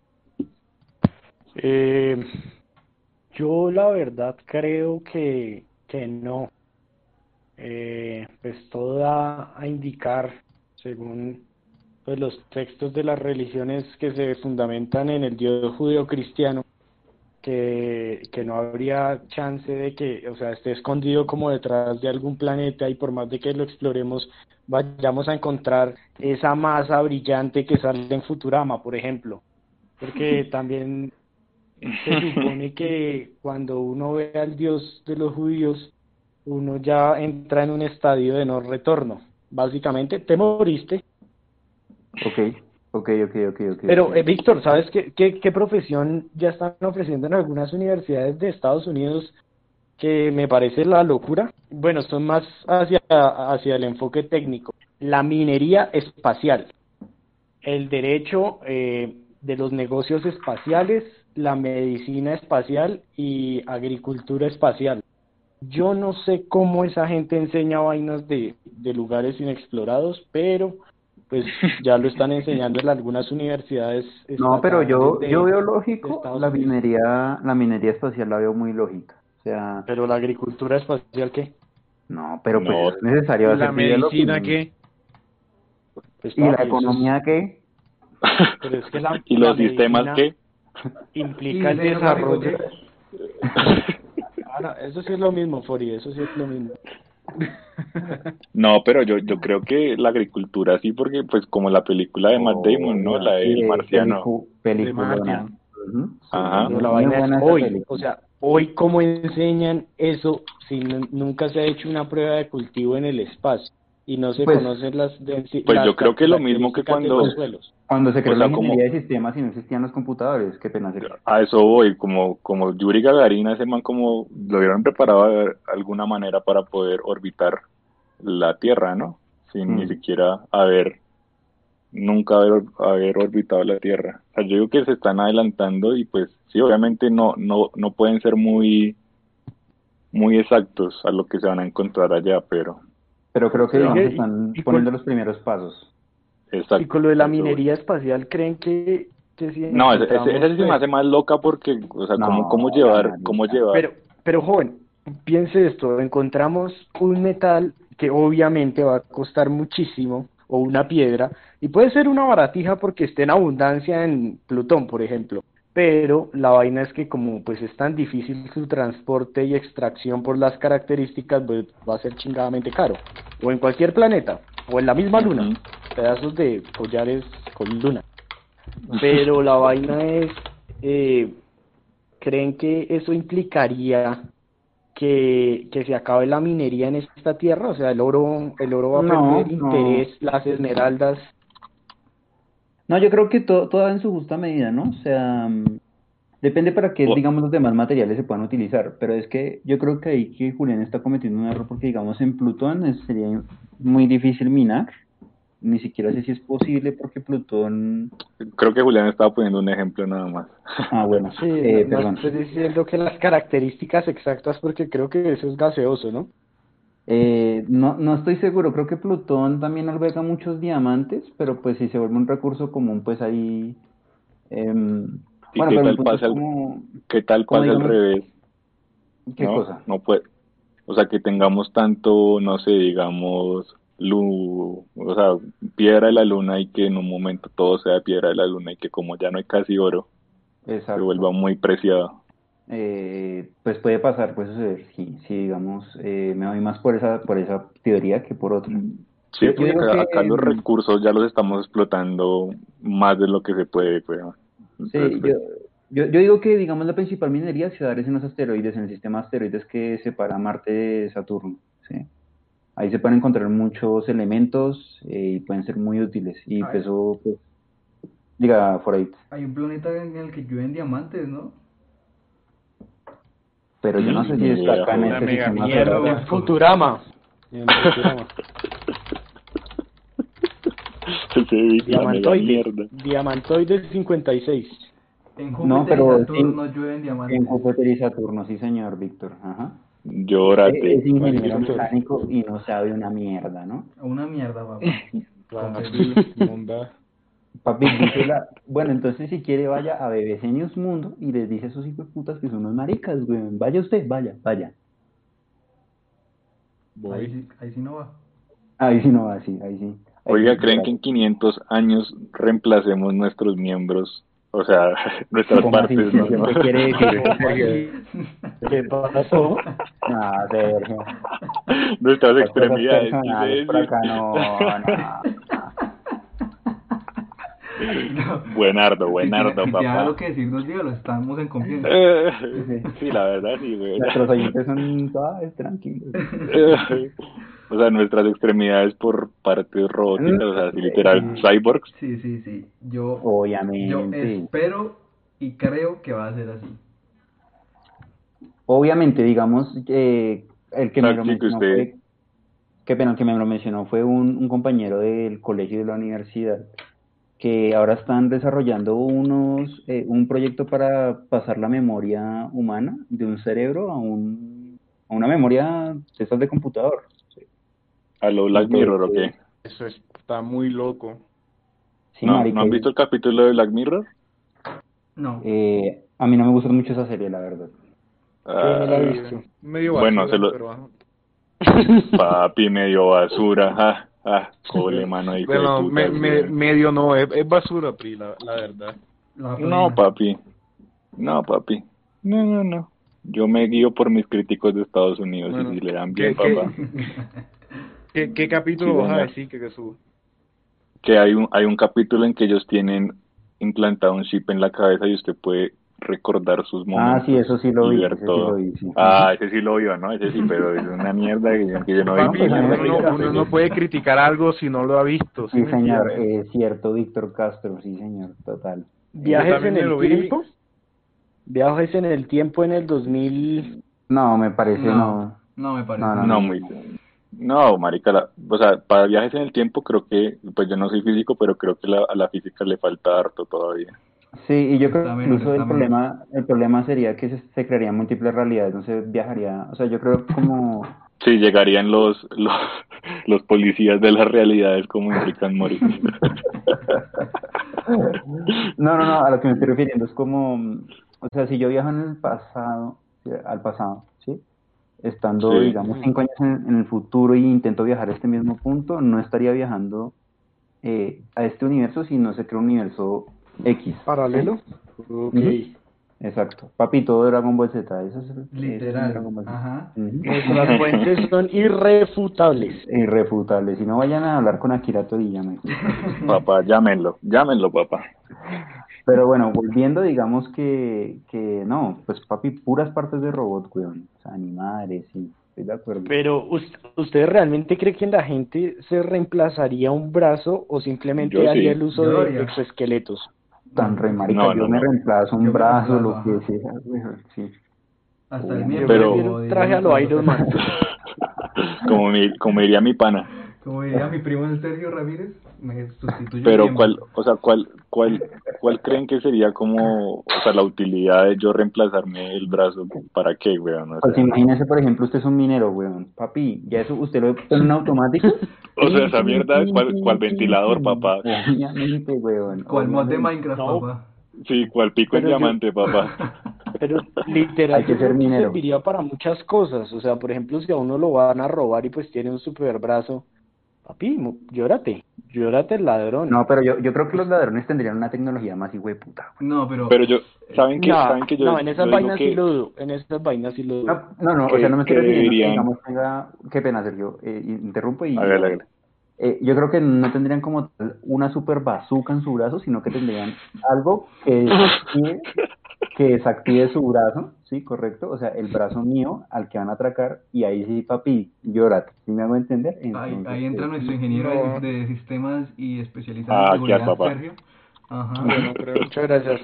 Eh, yo la verdad creo que, que no. Eh, pues todo da a indicar, según pues los textos de las religiones que se fundamentan en el Dios judeo-cristiano, que, que no habría chance de que, o sea, esté escondido como detrás de algún planeta y por más de que lo exploremos, vayamos a encontrar esa masa brillante que sale en Futurama, por ejemplo. Porque también se supone que cuando uno ve al Dios de los judíos, uno ya entra en un estadio de no retorno. Básicamente, te moriste. Ok, ok, ok, ok, ok. Pero, eh, ok. Víctor, ¿sabes qué, qué, qué profesión ya están ofreciendo en algunas universidades de Estados Unidos que me parece la locura? Bueno, son más hacia, hacia el enfoque técnico. La minería espacial, el derecho eh, de los negocios espaciales, la medicina espacial y agricultura espacial. Yo no sé cómo esa gente enseña vainas de, de lugares inexplorados, pero pues ya lo están enseñando en algunas universidades No, pero estatales yo, yo de, veo de lógico Estados la Unidos. minería, la minería espacial la veo muy lógica. O sea, Pero la agricultura espacial, ¿qué? no, pero pues no, eso es necesario ¿Y la hacer medicina developing. qué? Pues ¿Y la papi, eso es, economía qué? pero es que la, y la los sistemas medicina que, implica ¿Y el diseño gráfico desarrollo. qué? Ah, no, eso sí es lo mismo, Fori, eso sí es lo mismo. no, pero yo, yo creo que la agricultura sí, porque pues como la película de Matt Damon, ¿no? Obvio, La sí, del marciano, pelicu- De peliculona. Martian. Ujú, sí, ajá, muy, Pero la muy vaina es buena esa hoy, o película. sea, hoy cómo enseñan eso si n- nunca se ha hecho una prueba de cultivo en el espacio y no se Pues conocen las, densi- pues las yo creo que lo mismo que características de los cuando, suelos. cuando se o creó la sea, como ingeniería de sistemas y no existían los computadores, qué pena hacer. a eso voy, como, como Yuri Gagarin, ese man como lo hubieran preparado de alguna manera para poder orbitar la Tierra, ¿no? Sin ni Mm. siquiera haber, nunca haber, haber orbitado la Tierra. O sea, yo digo que se están adelantando y pues sí, obviamente no, no, no pueden ser muy, muy exactos a lo que se van a encontrar allá, pero Pero creo que digamos Oye, están y, y poniendo con, los primeros pasos. y exacto, con lo de a la eso voy. minería espacial, ¿creen que sé si No, ese, ese, encontramos, ese sí se me pues, hace más loca porque, o sea, No, cómo, cómo la llevar, marica. cómo llevar. Pero, pero joven, piense esto, encontramos un metal que obviamente va a costar muchísimo, o una piedra, y puede ser una baratija porque esté en abundancia en Plutón, por ejemplo, pero la vaina es que como pues es tan difícil su transporte y extracción por las características, pues va a ser chingadamente caro, o en cualquier planeta, o en la misma luna, Ujú. pedazos de collares con luna. Pero la vaina es, eh, ¿creen que eso implicaría que, que se acabe la minería en esta tierra? O sea, el oro, el oro va a No, perder no. interés, las esmeraldas. No, yo creo que todo, todo en su justa medida, ¿no? O sea, mm, depende para qué, Bu- digamos, los demás materiales se puedan utilizar. Pero es que yo creo que ahí que Julián está cometiendo un error porque, digamos, en Plutón es- sería muy difícil minar. Ni siquiera sé si es posible porque Plutón... Creo que Julián estaba poniendo un ejemplo nada más. Ah, bueno, Sí, no, eh, no perdón. estoy diciendo que las características exactas, porque creo que eso es gaseoso, ¿no? Eh, no, no estoy seguro, creo que Plutón también alberga muchos diamantes, pero pues si se vuelve un recurso común, pues ahí... em, ¿Y bueno, qué pero mi tal punto es pasa al, como, qué tal como pasa al digamos, revés? ¿qué ¿No? cosa? No puede, o sea, que tengamos tanto, no sé, digamos, lu, o sea, piedra de la luna y que en un momento todo sea piedra de la luna y que como ya no hay casi oro, se Exacto. vuelva muy preciado. Eh, pues puede pasar, puede suceder, sí, sí, digamos, eh, me voy más por esa, por esa teoría que por otra. Sí, Yo, yo porque digo acá, que, acá los em, recursos ya los estamos explotando más de lo que se puede, pues. Entonces, sí, pues, yo, yo, yo digo que, digamos, la principal minería se da es en los asteroides, en el sistema de asteroides que separa Marte de Saturno, ¿sí? Ahí se pueden encontrar muchos elementos eh, y pueden ser muy útiles. Y Hay, pues eso, pues, diga, por ahí. hay un planeta en el que llueven diamantes, ¿no? Pero yo no mm, sé si ni está idea, acá en Una joven. este mega sistema mierda. solar. En Futurama. En Futurama. Ese dice la mega Diamantoide. mierda. Diamantoide cincuenta y seis. En No, Júpiter y pero Saturno en, llueven en diamantes. Júpiter y Saturno, sí, señor, Víctor. Ajá. Usted Llórate. es ingeniero Víctor. mecánico y no sabe una mierda, ¿no? Una mierda, papá. Papi, Confirmo. monda. Papi, dice la... Bueno, entonces si quiere vaya a B B C News Mundo y les dice a esos hijos de putas que son unos maricas, güey. Vaya usted, vaya, vaya. Ahí Voy. sí, ahí sí no va. Ahí sí no va, sí, ahí sí. Ahí Oiga, sí, ¿creen que en llórate. quinientos años reemplacemos nuestros miembros? O sea, nuestras ¿Cómo así? partes, ¿Usted, ¿no? usted ¿No? usted quiere decir ¿Qué, cómo qué, así? ¿Qué pasó? No, Sergio. Nuestras Las cosas extremidades, quise personales por decir. acá no, no. No, Buenardo, si tiene, buenardo, si tiene algo papá. que decirnos, dígalo, estamos en confianza. Sí, sí. Sí, la verdad, sí, güey. Nuestros oyentes son suaves, tranquilos. O sea, nuestras extremidades por partes Mm, robóticas, o sea, así literal, eh, Sí, cyborgs. sí, sí, sí. Yo, yo Obviamente. espero y creo que va a ser así. Obviamente, digamos, eh, el O que me sea, lo sí que mencionó usted, fue, qué pena, el que me lo mencionó fue un, un compañero del colegio y de la universidad, que ahora están desarrollando unos, eh, un proyecto para pasar la memoria humana de un cerebro a, un, a una memoria de estas de computador. ¿Sí? a lo Black Mirror, ¿o Entonces, qué? Eso está muy loco. sí, ¿No, no marica, han visto el capítulo de Black Mirror? No. eh, a mí no me gusta mucho esa serie, la verdad. Yo no la he Ah, Sí, visto. medio bueno, se basura, lo... pero ajá. Papi, medio basura, ja, ja, cole mano, hijo de Bueno, me, putas, me, güey. medio no, es, es basura, Pri, la, la verdad. La No, plena. papi, no, papi, no, no, no. Yo me guío por mis críticos de Estados Unidos y Bueno, si le dan bien, ¿qué, qué, papá. qué, qué Sí, capítulo vas a señor. decir que, que subo? Que hay un, hay un capítulo en que ellos tienen implantado un chip en la cabeza y usted puede recordar sus Ah, sí, momentos eso sí lo y vi, ver ese sí lo todo. vi, sí. Ujú. Ah, ese sí lo vio, ¿no? Ese sí, pero es una mierda que yo, que yo no he No, visto Papi, pues a mí me uno mierda que no, yo parece. uno no pegue. puede criticar algo si no lo ha visto, ¿sí Sí, me señor, entiendes? es cierto, Víctor Castro, sí, señor, total. Yo Viajes también en me el lo vi. tiempo. Viajes en el tiempo en el dos mil. No, me parece No, no. no me No, parece no, No, no, nada. no, muy... no. No, marica, la- o sea, para viajes en el tiempo creo que, pues yo no soy físico, pero creo que la, a la física le falta harto todavía. Sí, y yo creo Está que menor, incluso está el menor. problema, el problema sería que se, se crearían múltiples realidades, no se viajaría, o sea, yo creo como, Sí, llegarían los, los, los policías de las realidades como en Rick and Morty. No, no, no, a lo que me estoy refiriendo es como, o sea, si yo viajo en el pasado, al pasado, ¿sí? Estando, Sí. digamos, cinco años en, en el futuro y intento viajar a este mismo punto, no estaría viajando eh, a este universo si no se crea un universo X, ¿Paralelo? ¿sí? Ok. Ujú. Exacto. Papi, todo Dragon Ball Z, eso es, eso es Literal. Dragon Ball Z. Ajá. Ujú. Nuestras fuentes son irrefutables. Irrefutable. Si no vayan a hablar con Akira Toriyama. Papá, llámenlo, llámenlo, papá. Pero bueno, volviendo, digamos que, que no, pues papi, puras partes de robot, weón. O sea, animales, sí, estoy de acuerdo. Pero, ¿us- ¿usted realmente cree que la gente se reemplazaría un brazo o simplemente Yo haría sí. el uso Yo lo de haría. exoesqueletos? Tan No, re creo que marica, No, yo no, me no. reemplazo un yo me brazo, reemplazo, lo que ajá. sea, weón, sí, Hasta el Yo obviamente. miembro, Pero- prefiero como un diría traje a nuestro lo amigo Iron Man. Sergio. como, mi, como diría mi pana. Como diría mi primo el Sergio Ramírez, me sustituyo un Pero miembro. cuál, o sea, cuál, cuál, cuál creen que sería como, o sea, la utilidad de yo reemplazarme el brazo? ¿Para qué, weón? O Pues sea, imagínese, por ejemplo, usted es un minero, weón. Papi, ya eso usted lo pone en automático. o sea, Tin, esa tin, mierda, tin, ¿cuál, cuál tin, tin, ventilador, tin. papá? Obviamente, weón, ¿Cuál mod de obviamente. Minecraft, No, papá? Sí, ¿cuál pico en pero yo, diamante, papá? pero Hay literal que yo ser creo que minero. serviría para muchas cosas. O sea, por ejemplo, si a uno lo van a robar y pues tiene un super brazo, papi, mo- llórate, llórate el ladrón. No, pero yo, yo creo que los ladrones tendrían una tecnología más hijueputa, weón. No, pero Pero yo, ¿saben qué? No, ¿Saben que yo, no, en esas yo digo vainas sí que, lo dudo, en esas vainas sí lo dudo. No, no, no, o sea, no que, me que estoy refiriendo que, deberían, digamos, tenga... Qué pena, Sergio, eh, interrumpo y, y hágale, hablo. hágale. Eh, yo creo que no tendrían como tal una super bazooka en su brazo, sino que tendrían algo que desactive, que desactive su brazo, ¿sí? Correcto, o sea, el brazo mío al que van a atracar, y ahí sí, papi, llórate, ¿sí me hago entender? ahí, Entonces, ahí entra pues, nuestro ingeniero de, No, de sistemas y especializado en A hackear, seguridad, papá. Sergio. Ajá. Yo no creo. muchas gracias.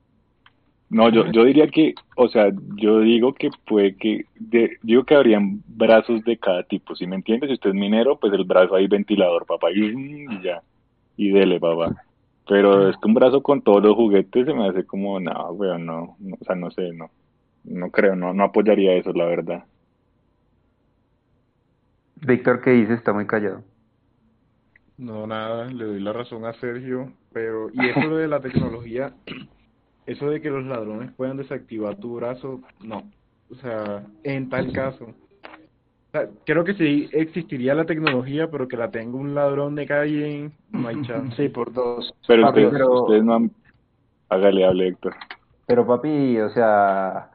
No, yo, yo diría que, o sea, yo digo que puede que, de, digo que habrían brazos de cada tipo, ¿sí me entiendes? Si usted es minero, pues el brazo ahí ventilador, papá, y, y ya, y dele, papá. Pero es que un brazo con todos los juguetes se me hace como, no, weón, no, no, o sea, no sé, no, no creo, no, no apoyaría eso, la verdad. Víctor, ¿qué dice? Está muy callado. No, nada, le doy la razón a Sergio, pero y eso de la tecnología, eso de que los ladrones puedan desactivar tu brazo, no. O sea, en tal caso. O sea, creo que sí existiría la tecnología, pero que la tenga un ladrón de calle, no hay chance. Sí, por dos, Pero por Papi, ustedes, dos. ustedes pero, no han, hágale, hable, Héctor. pero papi, o sea,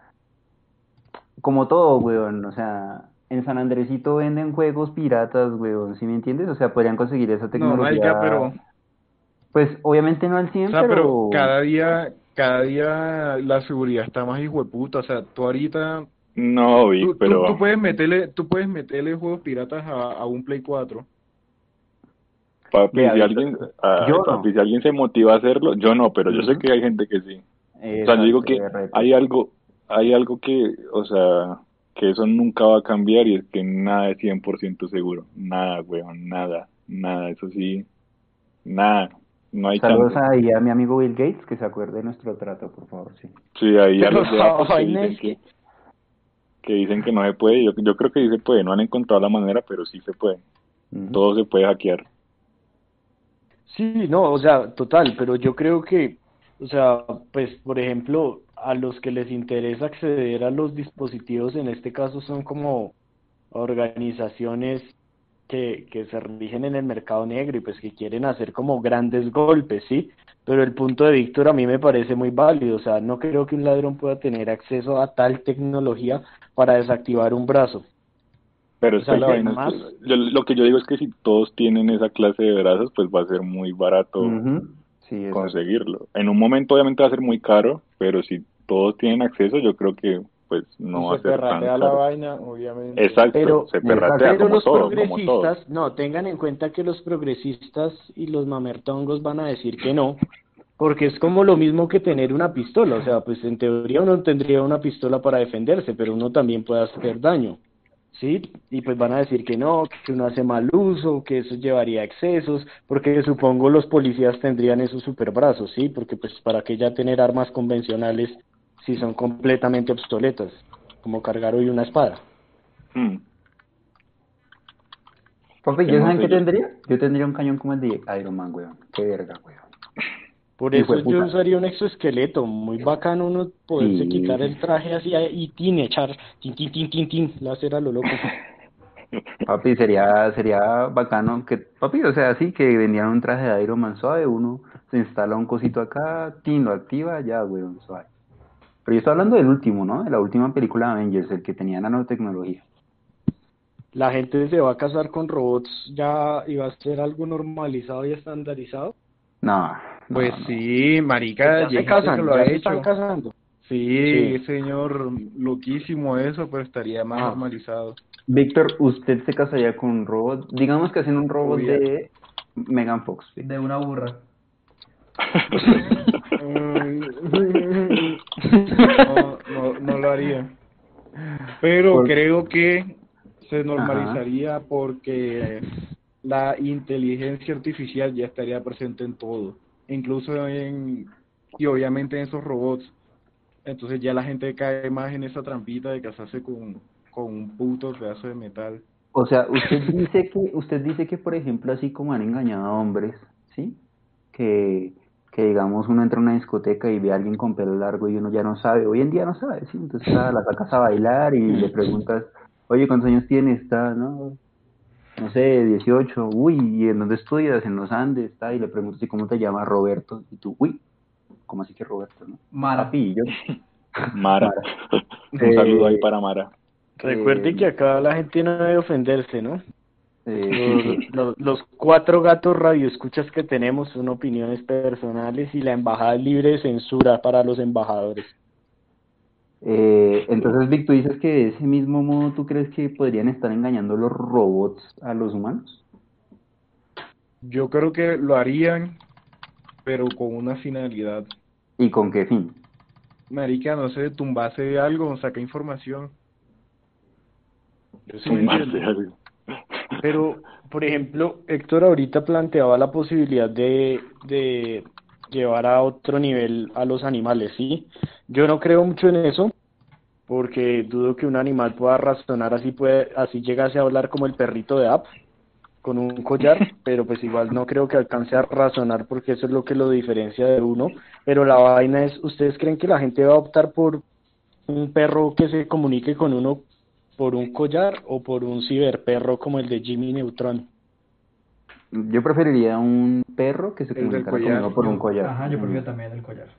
como todo, weón, o sea, en San Andresito venden juegos piratas, weón, ¿sí me entiendes? O sea, podrían conseguir esa No, tecnología, marica, pero, pues obviamente no al o cien, sea, pero pero cada día, cada día la seguridad está más hijueputa. O sea, tú ahorita, No, Vic, tú, tú, tú pero, puedes meterle, tú puedes meterle juegos piratas a, a un Play cuatro. papi, vea, si Víctor, alguien, ay, yo no, papi, si alguien se motiva a hacerlo, yo no, pero yo sé ujú, que hay gente que sí. O sea, yo digo exacto, que de repe. hay algo, hay algo que, o sea, que eso nunca va a cambiar y es que nada es cien por ciento seguro. Nada, weón, nada, nada, eso sí, nada, no hay Saludos chance. ahí a mi amigo Bill Gates, que se acuerde de nuestro trato, por favor, sí. Sí, ahí a Pero los de la Apple que vaina dicen es que, que, que dicen que no se puede, yo, yo creo que sí se puede, no han encontrado la manera, pero sí se puede. Ujú. Todo se puede hackear. sí, no, o sea, total, pero yo creo que, o sea, pues, por ejemplo, a los que les interesa acceder a los dispositivos, en este caso son como organizaciones que, que se rigen en el mercado negro y pues que quieren hacer como grandes golpes, ¿sí? Pero el punto de Víctor a mí me parece muy válido, o sea, no creo que un ladrón pueda tener acceso a tal tecnología para desactivar un brazo. Pero O es que sea, la que vaina es que, además, yo- lo que yo digo es que si todos tienen esa clase de brazos, pues va a ser muy barato Ujú, sí, exacto. conseguirlo. En un momento obviamente va a ser muy caro, pero si todos tienen acceso, yo creo que pues Y no va se a ser tan perratea la caro. vaina, obviamente. Exacto, pero se perratea Exacto. Pero como los todo, como todo. progresistas, no, tengan en cuenta que los progresistas y los mamertongos van a decir que no, porque es como lo mismo que tener una pistola, o sea, pues en teoría uno tendría una pistola para defenderse, pero uno también puede hacer daño, ¿sí? Y pues van a decir que no, que uno hace mal uso, que eso llevaría a excesos, porque supongo los policías tendrían esos superbrazos, ¿sí? Porque pues para qué ya tener armas convencionales si son completamente obsoletas, como cargar hoy una espada. Hmm, es Papi, que ¿yo no saben sé, qué yo, tendría? Yo tendría un cañón como el de Iron Man, weón. Qué verga, weón. Por Y eso fue yo puta. usaría un exoesqueleto, muy bacano uno poderse Sí. quitar el traje así y tin, echar tin, tin, tin, tin, tin, láser a lo loco. Papi, sería, sería bacano que, papi, o sea, sí, que vendieran un traje de Iron Man suave, uno se instala un cosito acá, tin, lo activa, ya, weón, suave. Pero yo estoy hablando del último, ¿no? De la última película de Avengers, el que tenía nanotecnología. La gente se va a casar con robots ya y va a ser algo normalizado y estandarizado. No, no, Pues no. sí, marica, Ya ya hay se gente que casan, lo ha ya se están hecho. casando. Sí, Sí. señor, loquísimo eso, pero estaría más Ah, normalizado. Víctor, ¿usted se casaría con un robot? Digamos que hacen un robot Obvia. de Megan Fox, ¿sí? De una burra. Mm, No, no, no lo haría. Pero Por- creo que se Ajá. normalizaría porque la inteligencia artificial ya estaría presente en todo, incluso en, y obviamente en esos robots. Entonces ya la gente cae más en esa trampita de casarse con, con un puto pedazo de metal. O sea, usted dice que, usted dice que, por ejemplo, así como han engañado a hombres, ¿sí? Que, que digamos uno entra a una discoteca y ve a alguien con pelo largo y uno ya no sabe, hoy en día no sabe, ¿sí? Entonces la, la sacas a bailar y le preguntas, oye, ¿cuántos años tienes? Está, no, no sé, dieciocho, uy, ¿y en dónde estudias? En los Andes, está, y le preguntas, ¿y cómo te llamas? Roberto, y tú, uy, ¿cómo así que Roberto, no? Mara. Papi, yo, Mara. Mara, Un saludo ahí eh, para Mara. eh, recuerde que acá la gente no debe ofenderse, ¿no? eh, sí, Los, sí. los, los cuatro gatos radioescuchas que tenemos son opiniones personales y la embajada es libre de censura para los embajadores. Eh, entonces, Vic, tú dices que de ese mismo modo, ¿tú crees que podrían estar engañando los robots a los humanos? Yo creo que lo harían, pero con una finalidad. ¿Y con qué fin? Marica, no sé, tumbase algo, saca información. ¿Sí me Tumbarse entiendes? algo. Pero, por ejemplo, Héctor ahorita planteaba la posibilidad de, de llevar a otro nivel a los animales, ¿sí? Yo no creo mucho en eso, porque dudo que un animal pueda razonar así, puede, así llegase a hablar como el perrito de App, con un collar, pero pues igual no creo que alcance a razonar porque eso es lo que lo diferencia de uno. Pero la vaina es, ¿ustedes creen que la gente va a optar por un perro que se comunique con uno por un collar o por un ciberperro como el de Jimmy Neutron? Yo preferiría un perro que se El del comunicara conmigo collar. por un Yo, collar. ajá, Sí, yo prefiero señor. también el collar.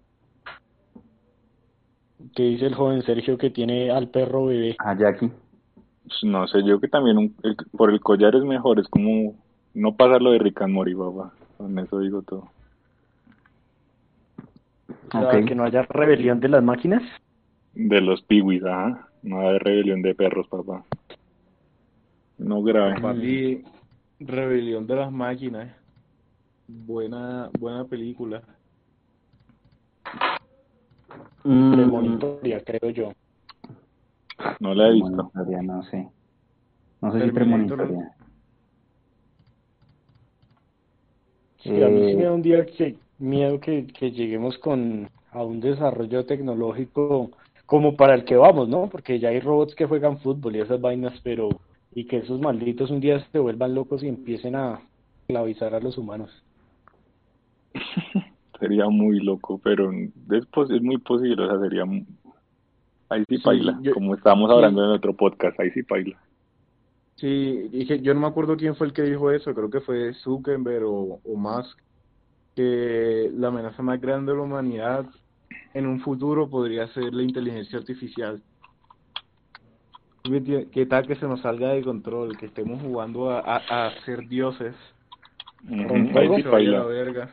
Que dice el joven Sergio que tiene al perro bebé. Ah, Jackie. Pues no sé, yo que también un- el- por el collar es mejor, es como no pasarlo de Rick and Morty, papá. Con eso digo todo. O Ok. sea, que no haya rebelión de las máquinas. De los piwis, ajá. No de rebelión de perros, papá. No grave. Mm, Papi, Rebelión de las Máquinas. Buena, buena película. y Mm, premonitoria, creo yo. No la he visto. premonitoria, no sé. No sé si Terminator. premonitoria. Sí, a mí sí me Eh, da un día que miedo que, que lleguemos con a un desarrollo tecnológico como para el que vamos, ¿no? Porque ya hay robots que juegan fútbol y esas vainas, pero y que esos malditos un día se vuelvan locos y empiecen a esclavizar a los humanos. Sería muy loco, pero es, pos- es muy posible, o sea, sería... mu- Ahí sí Sí, paila, yo, como estábamos hablando ¿quién? en otro podcast, ahí sí paila. Sí, dije, yo no me acuerdo quién fue el que dijo eso, creo que fue Zuckerberg o, o Musk, que la amenaza más grande de la humanidad en un futuro podría ser la inteligencia artificial. ¿Sí me entiendes? ¿Qué tal que se nos salga de control, que estemos jugando a, a, a ser dioses y Ujú, ahí todo ¿Romfuego? sí se vaya a la paila. verga?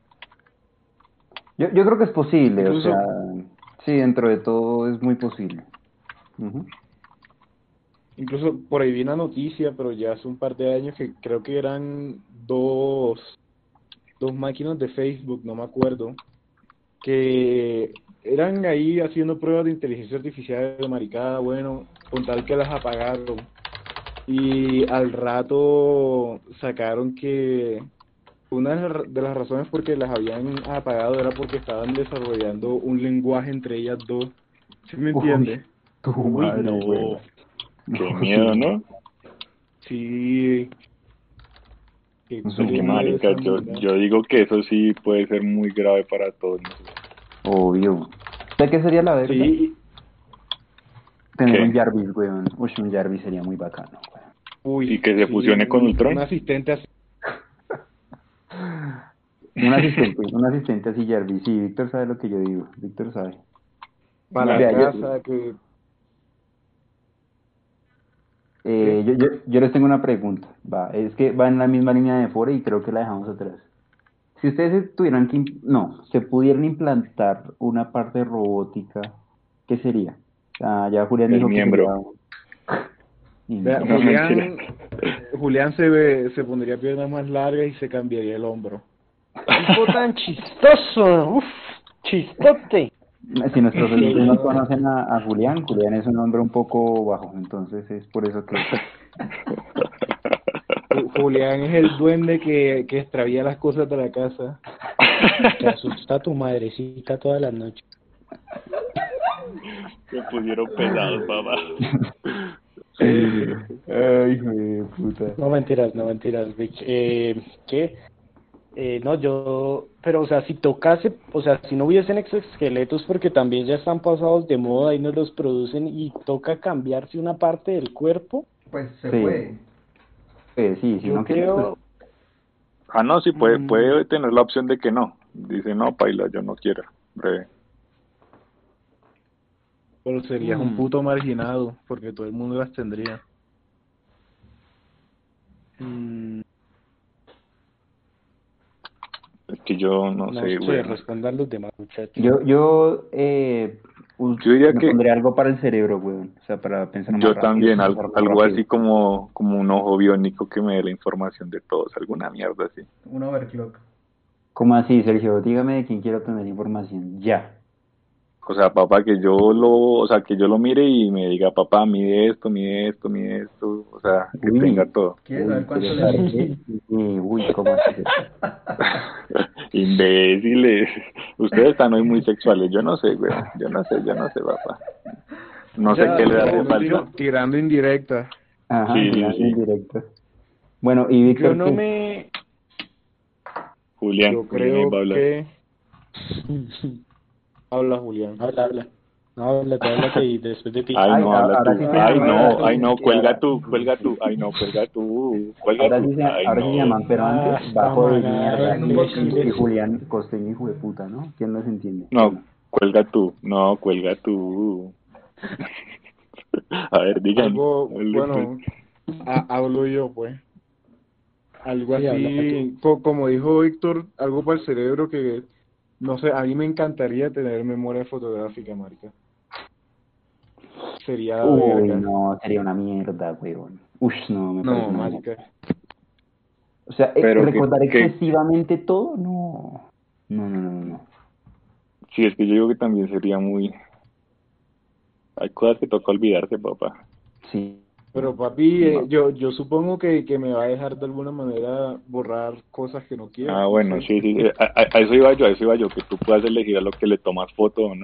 yo, yo creo que es posible, o sea, Incluso, sí, dentro de todo es muy posible. Ujú. incluso por ahí vi una noticia, pero ya hace un par de años que creo que eran dos, dos máquinas de Facebook, no me acuerdo, que eran ahí haciendo pruebas de inteligencia artificial de maricada, bueno, con tal que las apagaron. Y al rato sacaron que una de las de las razones por que las habían apagado era porque estaban desarrollando un lenguaje entre ellas dos. ¿Sí me Uy, entiendes? tu Uy, madre, güey. no. Qué No, miedo, sí. ¿no? Sí. Que Pues Pues que cumple marica, esa yo, maldad. yo digo que eso sí puede ser muy grave para todos nosotros. Obvio. ¿Sabes qué sería la verdad? Sí, Tener ¿Qué? un Jarvis, weón. Uy, un Jarvis sería muy bacano, weón. uy, Y que se sí, fusione con un- Ultron. Un asistente así. Un asistente, un asistente así Jarvis. Sí, Víctor sabe lo que yo digo. Víctor sabe. Para la Vea, yo, casa, que... eh, yo, yo, yo les tengo una pregunta. Va, es que va en la misma línea de Fore y creo que la dejamos atrás. Si ustedes se tuvieran que, im- no, se pudieran implantar una parte robótica, ¿qué sería? Ah, ya Julián El dijo que miembro. sería un- y Vea, no. No, Julián, mentira. Julián se, ve, se pondría piernas más largas y se cambiaría el hombro. Tipo tan chistoso, uff, chistote. Si nuestros Sí, oyentes no no. conocen a, a Julián, Julián es un hombre un poco bajo, entonces es por eso que... Ju- Julián es el duende que, que extravía las cosas de la casa. Te asusta tu madrecita todas las noches. Se pusieron pesados, papá. Ay, hijo de puta. No mentiras, no mentiras, Vic. Eh, ¿qué? Eh, no, yo, pero o sea, si tocase, o sea, si no hubiesen exoesqueletos porque también ya están pasados de moda y no los producen y toca cambiarse una parte del cuerpo, Pues se Sí. puede. Eh, sí, si yo no quieres, creo, Ah, no, sí, puede, Mm. puede tener la opción de que no. Dice, no, paila, yo no quiero. Breve. Pero serías un Mm. puto marginado, porque todo el mundo las tendría. mm, Es que yo no, no sé, sé, güey. respondan los demás muchachos. yo, yo, eh, us- Yo diría me que- pondré algo para el cerebro, weón. O sea, para pensar más Yo rápido, también, al- pensar más algo rápido. así como, como un ojo biónico que me dé la información de todos, alguna mierda así. Un overclock. ¿Cómo así, Sergio? Dígame de quién quiero tener información. Ya. O sea, papá, que yo lo, o sea, que yo lo mire y me diga, papá, mide esto, mide esto, mide esto, o sea, que Uy. tenga todo. ¿Quieres Uy, saber cuánto pero le ¿sabe di? qué? Sí, uy, ¿cómo así? Imbéciles. Ustedes están hoy muy sexuales, yo no sé, güey, yo no sé, yo no sé, papá. No sé Ya, qué le hace tirando, falta. tirando indirecta. Ajá, Sí, sí, tirando sí. en directo. Bueno, y Víctor, Yo no ¿qué? me... Julián, Yo Julián ahí creo va a hablar. que... Habla, Julián. Habla, habla. No, habla, te habla que después de ti. Ay, Ay, no, a- habla ahora tú. sí se Ay, llama- no, ay, no, ahora- cuelga tú, cuelga tú. Ay, no, cuelga tú, cuelga Ahora tú. sí se, Ay, ahora sí se llaman, no. pero Ah, antes, bajo de esta mierda. manada de Y, imbéciles. y Julián costeño, hijo de puta, ¿no? ¿Quién nos entiende? No, cuelga tú, no, cuelga tú. A ver, digan. Algo, Hable, bueno, ha- hablo yo, pues. Algo Sí, habla así, co- como dijo Víctor, algo para el cerebro que, no sé, a mí me encantaría tener memoria fotográfica, marica. Sería la Uy, verga. no, sería una mierda, weón. Uy, no, me parece No, una marica. mierda. O sea, eh, Pero que- recordar que- excesivamente todo, no. No, no, no, no. Sí, es que yo digo que también sería muy... Hay cosas que toca olvidarse, papá. Sí. Pero papi, eh, No. yo yo supongo que, que me va a dejar de alguna manera borrar cosas que no quiero. Ah, no bueno, sé. sí, sí, a, a- a eso iba yo, a eso iba yo, que tú puedas elegir a lo que le tomas foto o no.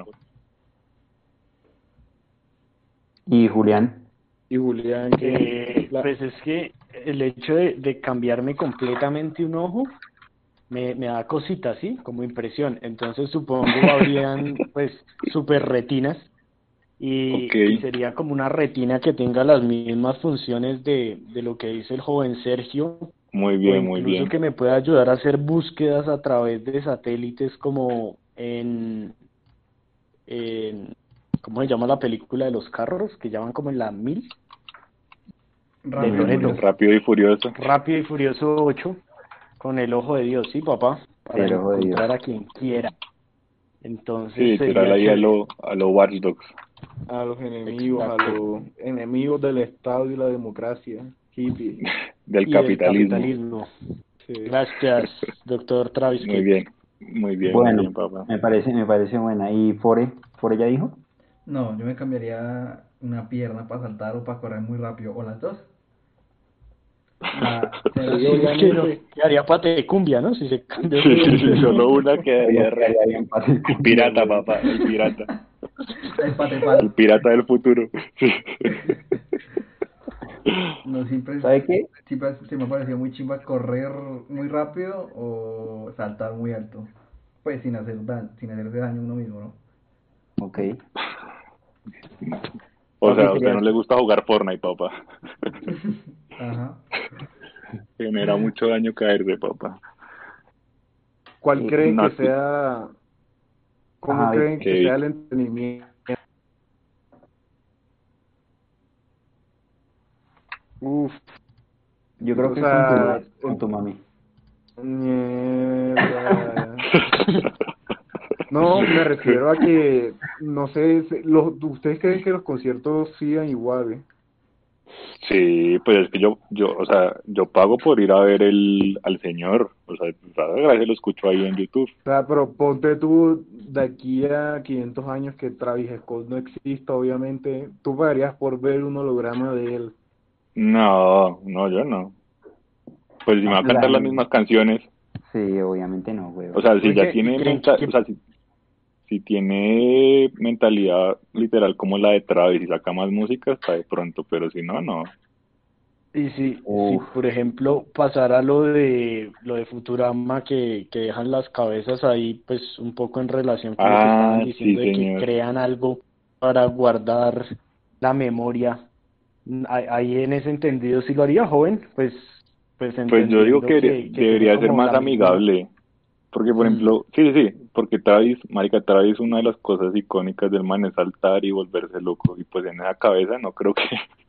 ¿Y Julián? Y Julián, que... Eh, la- pues es que el hecho de, de cambiarme completamente un ojo me, me da cositas, ¿sí? Como impresión. Entonces supongo habrían pues super retinas y, Ok. y sería como una retina que tenga las mismas funciones de, de lo que dice el joven Sergio, Muy o bien, muy incluso bien. que me pueda ayudar a hacer búsquedas a través de satélites como en, en ¿cómo se llama la película de los carros? Que llaman como en la mil. Rápido y Toretto. Furioso. Rápido y furioso. Rápido y Furioso ocho con el ojo de Dios, sí, papá, para El ojo de Dios. encontrar a quien quiera. Entonces Sí, sería tirar ahí a chévere. lo, a lo Watch Dogs. a los enemigos, Exacto. a los enemigos del Estado y la democracia. Hippie. Del Y el capitalismo. capitalismo. Sí. Gracias, doctor Travis. Muy bien, muy bien, Bueno, muy bien, papá. me parece, me parece buena. ¿Y Fore? ¿Fore ya dijo? No, yo me cambiaría una pierna para saltar o para correr muy rápido, o las dos. La, se la- Sí, Es que obviamente. quedaría patecumbia, ¿no? Si se cambia. Sí, sí, sí, solo una quedaría re... Estaría bien fácil. El pirata, papá, el pirata. el patepal. El pirata del futuro. Sí. No, siempre, ¿Sabe qué? siempre se me ha parecido muy chimba correr muy rápido o saltar muy alto. Pues sin hacer daño, sin hacerse daño a uno mismo, ¿no? Ok. O Papi, sea, a usted quería... no le gusta jugar Fortnite, papá. Ajá. Genera mucho daño caerse, papá. ¿Cuál eh, creen No, que sea, cómo ajá, Vic. creen que sea que el entretenimiento? Uf, Yo creo o que con tu, sea, con el- tu mami. mierda. No, me refiero a que, no sé, se- los, ¿ustedes creen que los conciertos sigan iguales? sí, pues es que yo, yo, o sea, yo pago por ir a ver el, al señor. O sea, gracias lo escucho ahí en YouTube. O sea, pero ponte tú de aquí a quinientos años que Travis Scott no exista, obviamente, tú pagarías por ver un holograma de él. No, no, yo no. Pues si me va a La cantar las gente- mismas canciones, Sí, obviamente no, o weón. sea, si ya Oye, ¿y tiene creen mental, que o sea, si, si tiene mentalidad literal como la de Travis y saca más música, hasta de pronto, pero si no, no. Y si, si Uf. por ejemplo pasara lo de lo de Futurama que, que dejan las cabezas ahí, pues un poco en relación con lo que estaban Ah, sí, diciendo de que señor. crean algo para guardar la memoria, mm, ahí ahí en ese entendido sí lo haría, joven, pues pues Pues yo digo entendiendo que debería que, que sería debería ser como más la misma. amigable. Porque, por Mm. ejemplo, sí, sí, sí, porque Travis, marica, Travis, una de las cosas icónicas del man es saltar y volverse loco. Y pues en esa cabeza no creo que,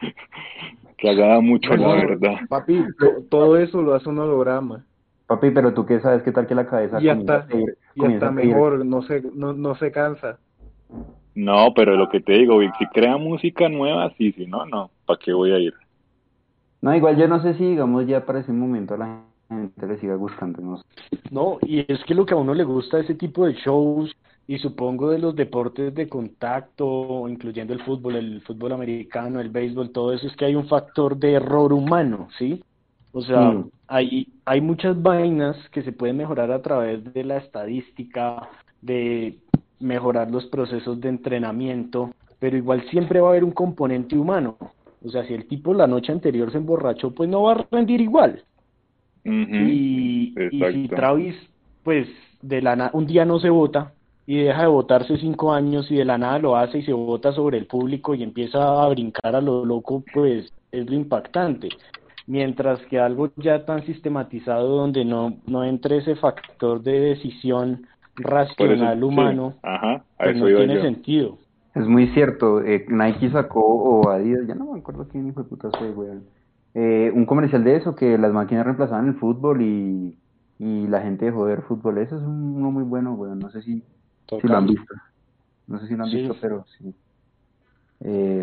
que haga mucho, la No, verdad. papi, to- todo eso lo hace un holograma. Papi, pero tú qué sabes, qué tal que la cabeza Y comienza a hasta, pedir, y comienza hasta a pedir. mejor, no se, no, no se cansa. No, pero lo que te digo, Vic, si crea música nueva, sí, si no, no. ¿Para qué voy a ir? No, igual yo no sé si, digamos, ya para ese momento a la gente le siga gustando, no sé. No, y es que lo que a uno le gusta de ese tipo de shows, y supongo de los deportes de contacto, incluyendo el fútbol, el fútbol americano, el béisbol, todo eso, es que hay un factor de error humano, ¿sí? O sea, Mm, hay, hay muchas vainas que se pueden mejorar a través de la estadística, de mejorar los procesos de entrenamiento, pero igual siempre va a haber un componente humano. O sea, si el tipo la noche anterior se emborrachó, pues no va a rendir igual. Ujú, Y, y si exacto. Travis, pues, de la na- un día no se vota y deja de votarse cinco años y de la nada lo hace y se vota sobre el público y empieza a brincar a lo loco, pues es lo impactante. Mientras que algo ya tan sistematizado donde no, no entre ese factor de decisión Por eso, racional sí, humano, ajá, a pues eso no iba tiene yo. sentido. es muy cierto, eh, Nike sacó, o Adidas, ya no me acuerdo quién hijo de puta fue, weón. Eh, un comercial de eso, que las máquinas reemplazaban el fútbol y, y la gente dejó de ver fútbol. Eso es un- uno muy bueno, weón. No sé si, si lo han Total. visto. No sé si lo han Sí. visto, pero sí. Eh,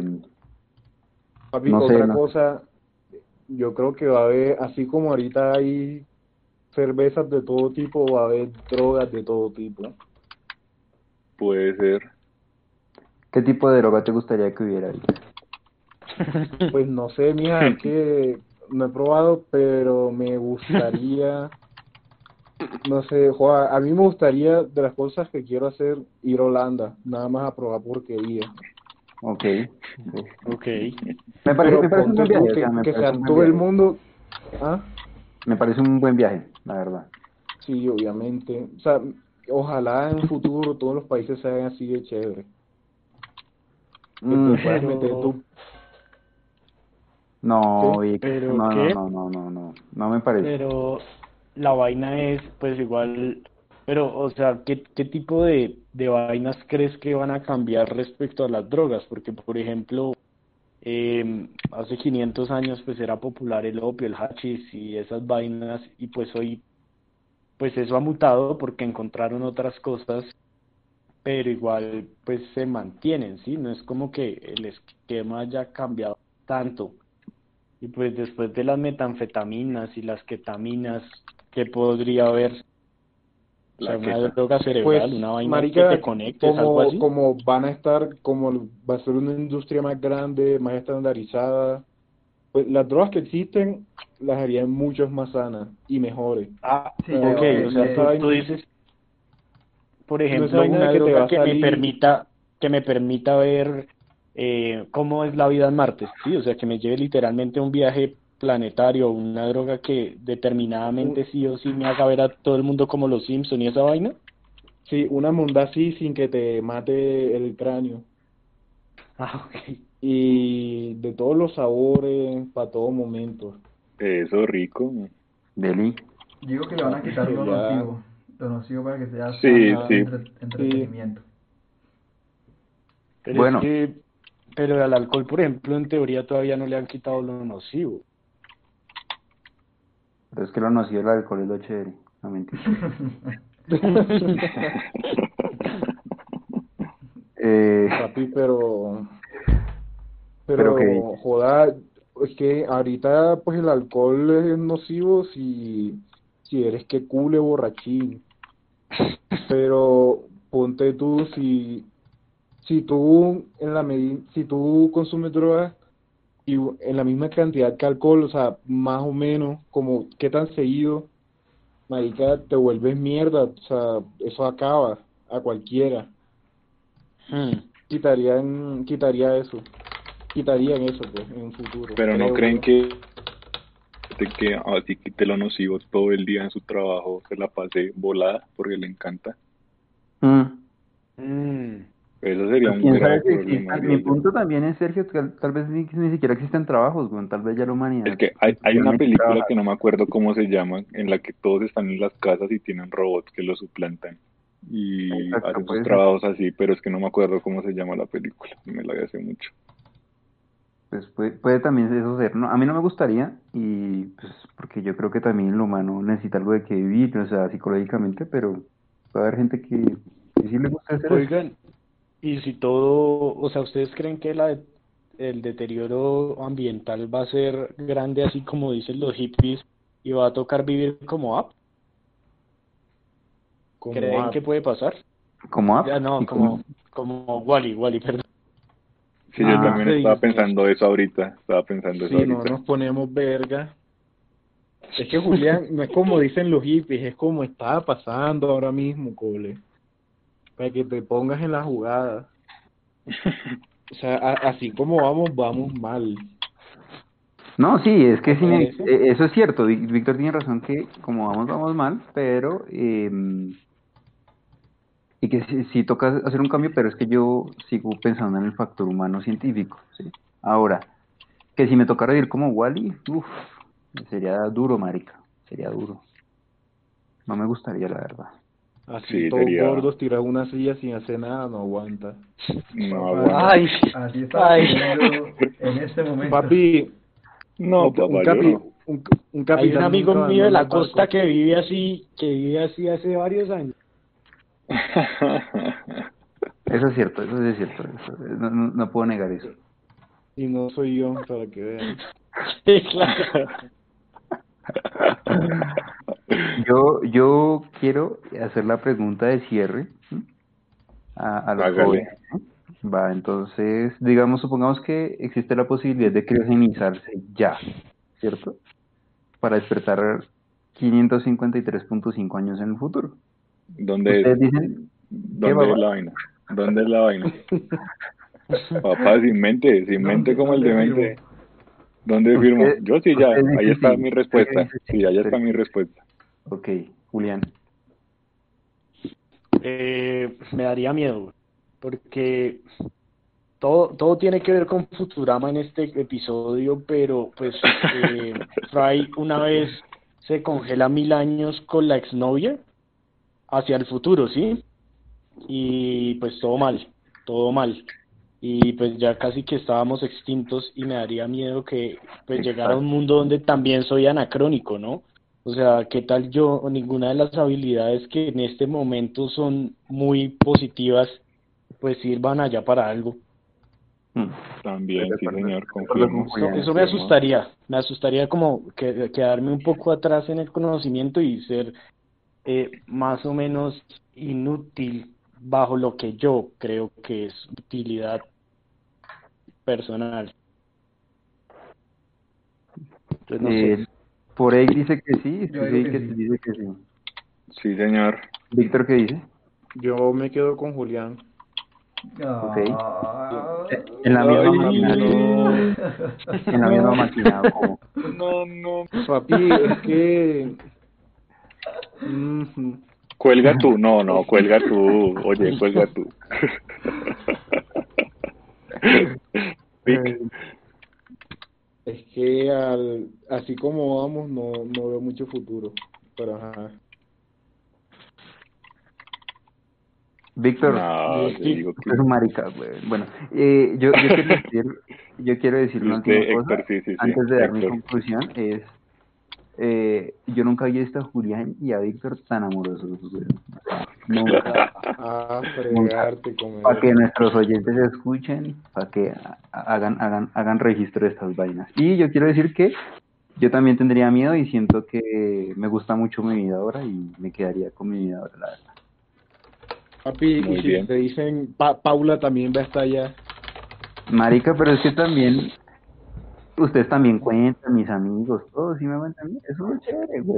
Papi, no sé, otra no sé. cosa, yo creo que va a haber, así como ahorita hay cervezas de todo tipo, va a haber drogas de todo tipo. Puede ser. ¿Qué tipo de droga te gustaría que hubiera ahí? Pues no sé, mija, es que no he probado, pero me gustaría, no sé, joa, a mí me gustaría, de las cosas que quiero hacer, ir a Holanda, nada más a probar porquería. Ok, ok. Ok. Me parece, me Pero parece un buen ponte tú viaje, o sea, que, me que parece sea un buen todo el viaje. mundo, ¿ah? Me parece un buen viaje, la verdad. Sí, obviamente. O sea, ojalá en un futuro todos los países sean así de chévere. Que te Mm, puedas meter Pero, tú, no, ¿qué? Vic, pero no, no, ¿qué? no, no, no, no, no me parece. Pero la vaina es, pues igual, pero, o sea, ¿qué, qué tipo de, de vainas crees que van a cambiar respecto a las drogas? Porque, por ejemplo, eh, hace quinientos años, pues era popular el opio, el hachís y esas vainas, y pues hoy, pues eso ha mutado porque encontraron otras cosas, pero igual, pues se mantienen, ¿sí? No es como que el esquema haya cambiado tanto. Y pues después de las metanfetaminas y las ketaminas, ¿qué podría haber? O sea, La una queta. droga Pues, cerebral, una vaina que te marica, conectes, algo como, así. como van a estar, como va a ser una industria más grande, más estandarizada, pues las drogas que existen las harían muchas más sanas y mejores. Ah, O Sí, ok, sea, creo y, o y sea, esa que, tú, tú vaina, dices, por y no esa ejemplo, vaina de una que te va droga a que me salir, permita, que me permita ver eh, cómo es la vida en Marte, ¿sí? O sea, que me lleve literalmente a un viaje planetario, una droga que determinadamente Un- sí o sí me haga ver a todo el mundo como los Simpson y esa vaina. sí, una munda así sin que te mate el cráneo. Ah, ok. Y de todos los sabores, para todo momento. Eso rico. Deli. Digo que le van a Papi, quitar lo sería... nocivo. Lo nocivo para que sea Sí, sano y Ajá, sí. entre- sí. entretenimiento. Pero es Bueno, que, pero al alcohol, por ejemplo, en teoría todavía no le han quitado lo nocivo. pero es que lo nocivo del alcohol es lo chévere. No, mentira. Eh, Papi, pero... pero que Pero, joda, es que ahorita pues el alcohol es nocivo si, si eres que cule borrachín. Pero ponte tú si, si tú en la medida, si tú consumes drogas y en la misma cantidad que alcohol, o sea, más o menos, como qué tan seguido, marica, te vuelves mierda, o sea, eso acaba a cualquiera. Hmm. Quitarían, quitaría eso, quitarían eso pues en un futuro, Pero no creo creen yo. que de que así quite lo nocivo todo el día en su trabajo se la pase volada porque le encanta. mm, Mm. Eso sería pues un quién sabe grave si problema, existan. Mi diría yo. punto también es, Sergio, que tal vez ni, ni siquiera existen trabajos, güey. Tal vez ya la Es humanidad que hay, hay una efectivamente película trabaja. que no me acuerdo cómo se llama, en la que todos están en las casas y tienen robots que los suplantan y Exacto, hacen sus puede ser. trabajos así, pero es que no me acuerdo cómo se llama la película, me la vi hace mucho. Pues puede, puede también eso ser, ¿no? A mí no me gustaría, y pues porque yo creo que también el humano necesita algo de que vivir, o sea, psicológicamente, pero puede haber gente que, que sí le gusta hacer eso. Oigan, y si todo, o sea, ¿ustedes creen que la, el deterioro ambiental va a ser grande así como dicen los hippies y va a tocar vivir como app? Como ¿Creen app. que puede pasar? Como app Ya no, y como... como, como Wally, Wally, perdón. Sí, yo Ah, también De estaba Disney. pensando eso ahorita, estaba pensando eso Si no ahorita. nos ponemos verga. Es que Julián, no es como dicen los hippies, es como está pasando ahora mismo, cole. Para que te pongas en la jugada. O sea, a- así como vamos, vamos mal. no, sí, es que ¿No sí, ne- parece? eh, eso es cierto, Vic- Víctor tiene razón que como vamos, vamos mal, pero... em, y que sí, sí toca hacer un cambio, pero es que yo sigo pensando en el factor humano científico, ¿sí? Ahora, que si me tocara vivir como Wally, uff, sería duro, marica, sería duro. No me gustaría, la verdad. Así Sí, todos sería, gordos, tirar una silla sin hacer nada, no aguanta. no Papá, aguanta. Ay, así estás ay. viviendo en este momento. Papi, No, un, ca- un, papá, yo capi, no. un, un Hay un capitán amigo nunca mío abandona de la los costa barcos. que vive así, que vive así hace varios años. Eso es cierto, eso sí es cierto, eso- no, no- no puedo negar eso. Y no soy yo, para que vean. Sí, claro. Yo, yo quiero hacer la pregunta de cierre, ¿sí? a, a los Hágale. jóvenes. Va, entonces, digamos, supongamos que existe la posibilidad de criogenizarse ya, ¿cierto? Para despertar quinientos cincuenta y tres punto cinco años en el futuro. ¿Dónde es? Ustedes dicen, ¿qué, ¿Dónde es papá? la vaina? ¿Dónde es la vaina? Papá, sin mente, sin mente ¿Dónde, como el dónde de firmo? mente. ¿Dónde firmo? Usted, Yo sí ya, ustedes ahí dicen está sí, mi usted que respuesta. dice sí, Sí, ahí usted está que mi dice respuesta. sí. Ok, Julián. Eh, me daría miedo, porque todo, todo tiene que ver con Futurama en este episodio, pero pues eh, Fry una vez se congela mil años con la exnovia hacia el futuro, ¿sí? Y pues todo mal, todo mal. Y pues ya casi que estábamos extintos y me daría miedo que pues llegara a un Exacto. mundo donde también soy anacrónico, ¿no? O sea, ¿qué tal yo o ninguna de las habilidades que en este momento son muy positivas pues sirvan allá para algo? Mm, estoy de También, sí, acuerdo, señor, estoy de acuerdo con confirmo, Eso, Julián. eso me confirmo. asustaría, me asustaría como que, quedarme un poco atrás en el conocimiento y ser eh, más o menos inútil bajo lo que yo creo que es utilidad personal. Entonces no sé. Eh, por ahí dice que sí, Yo digo sí que que sí. dice que sí. Sí, señor. Víctor, ¿qué dice? Yo me quedo con Julián. Ok. Ah. En la misma Ay, máquina. no. En la misma máquina. Como... No, no. Papi, es que... Ujú. Cuelga tú, no, no, cuelga tú. Oye, cuelga tú. Pic. Es que al, así como vamos, no, no veo mucho futuro. Pero ajá. Víctor, No, yo Sí. digo usted que es un marica, güey. Bueno, eh, yo, yo quiero decir, yo quiero decir y una última usted, cosa Héctor, sí, sí, sí, antes de dar mi Héctor. conclusión. Es, eh, yo nunca había visto a Julián y a Víctor tan amorosos, güey. O sea, nunca, A, a nunca. fregarte, Para que comedor. nuestros oyentes escuchen, para que ha- hagan, hagan, hagan registro de estas vainas. Y yo quiero decir que yo también tendría miedo y siento que me gusta mucho mi vida ahora y me quedaría con mi vida ahora, la verdad. Papi, y Muy si bien. te dicen pa Paula también va a estar allá. Marica, pero es que también, ustedes también cuentan, mis amigos, todos, sí me cuentan, eso es chévere, güey.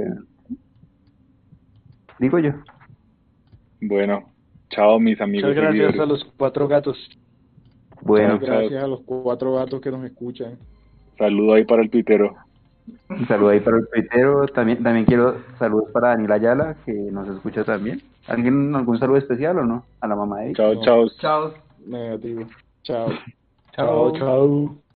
Digo yo. Bueno, chao mis Muchas amigos gracias a seguidores. los cuatro gatos. Chao, Bueno, chao. Gracias a los cuatro gatos que nos escuchan. Saludo ahí para el tuitero. un saludo ahí para el tuitero. También, también quiero saludos para Daniel Ayala, que nos escucha también. ¿Alguien algún saludo especial o no? A la mamá de Eric. Chao, No, chao. Chao. negativo. Chao. Chao, chao.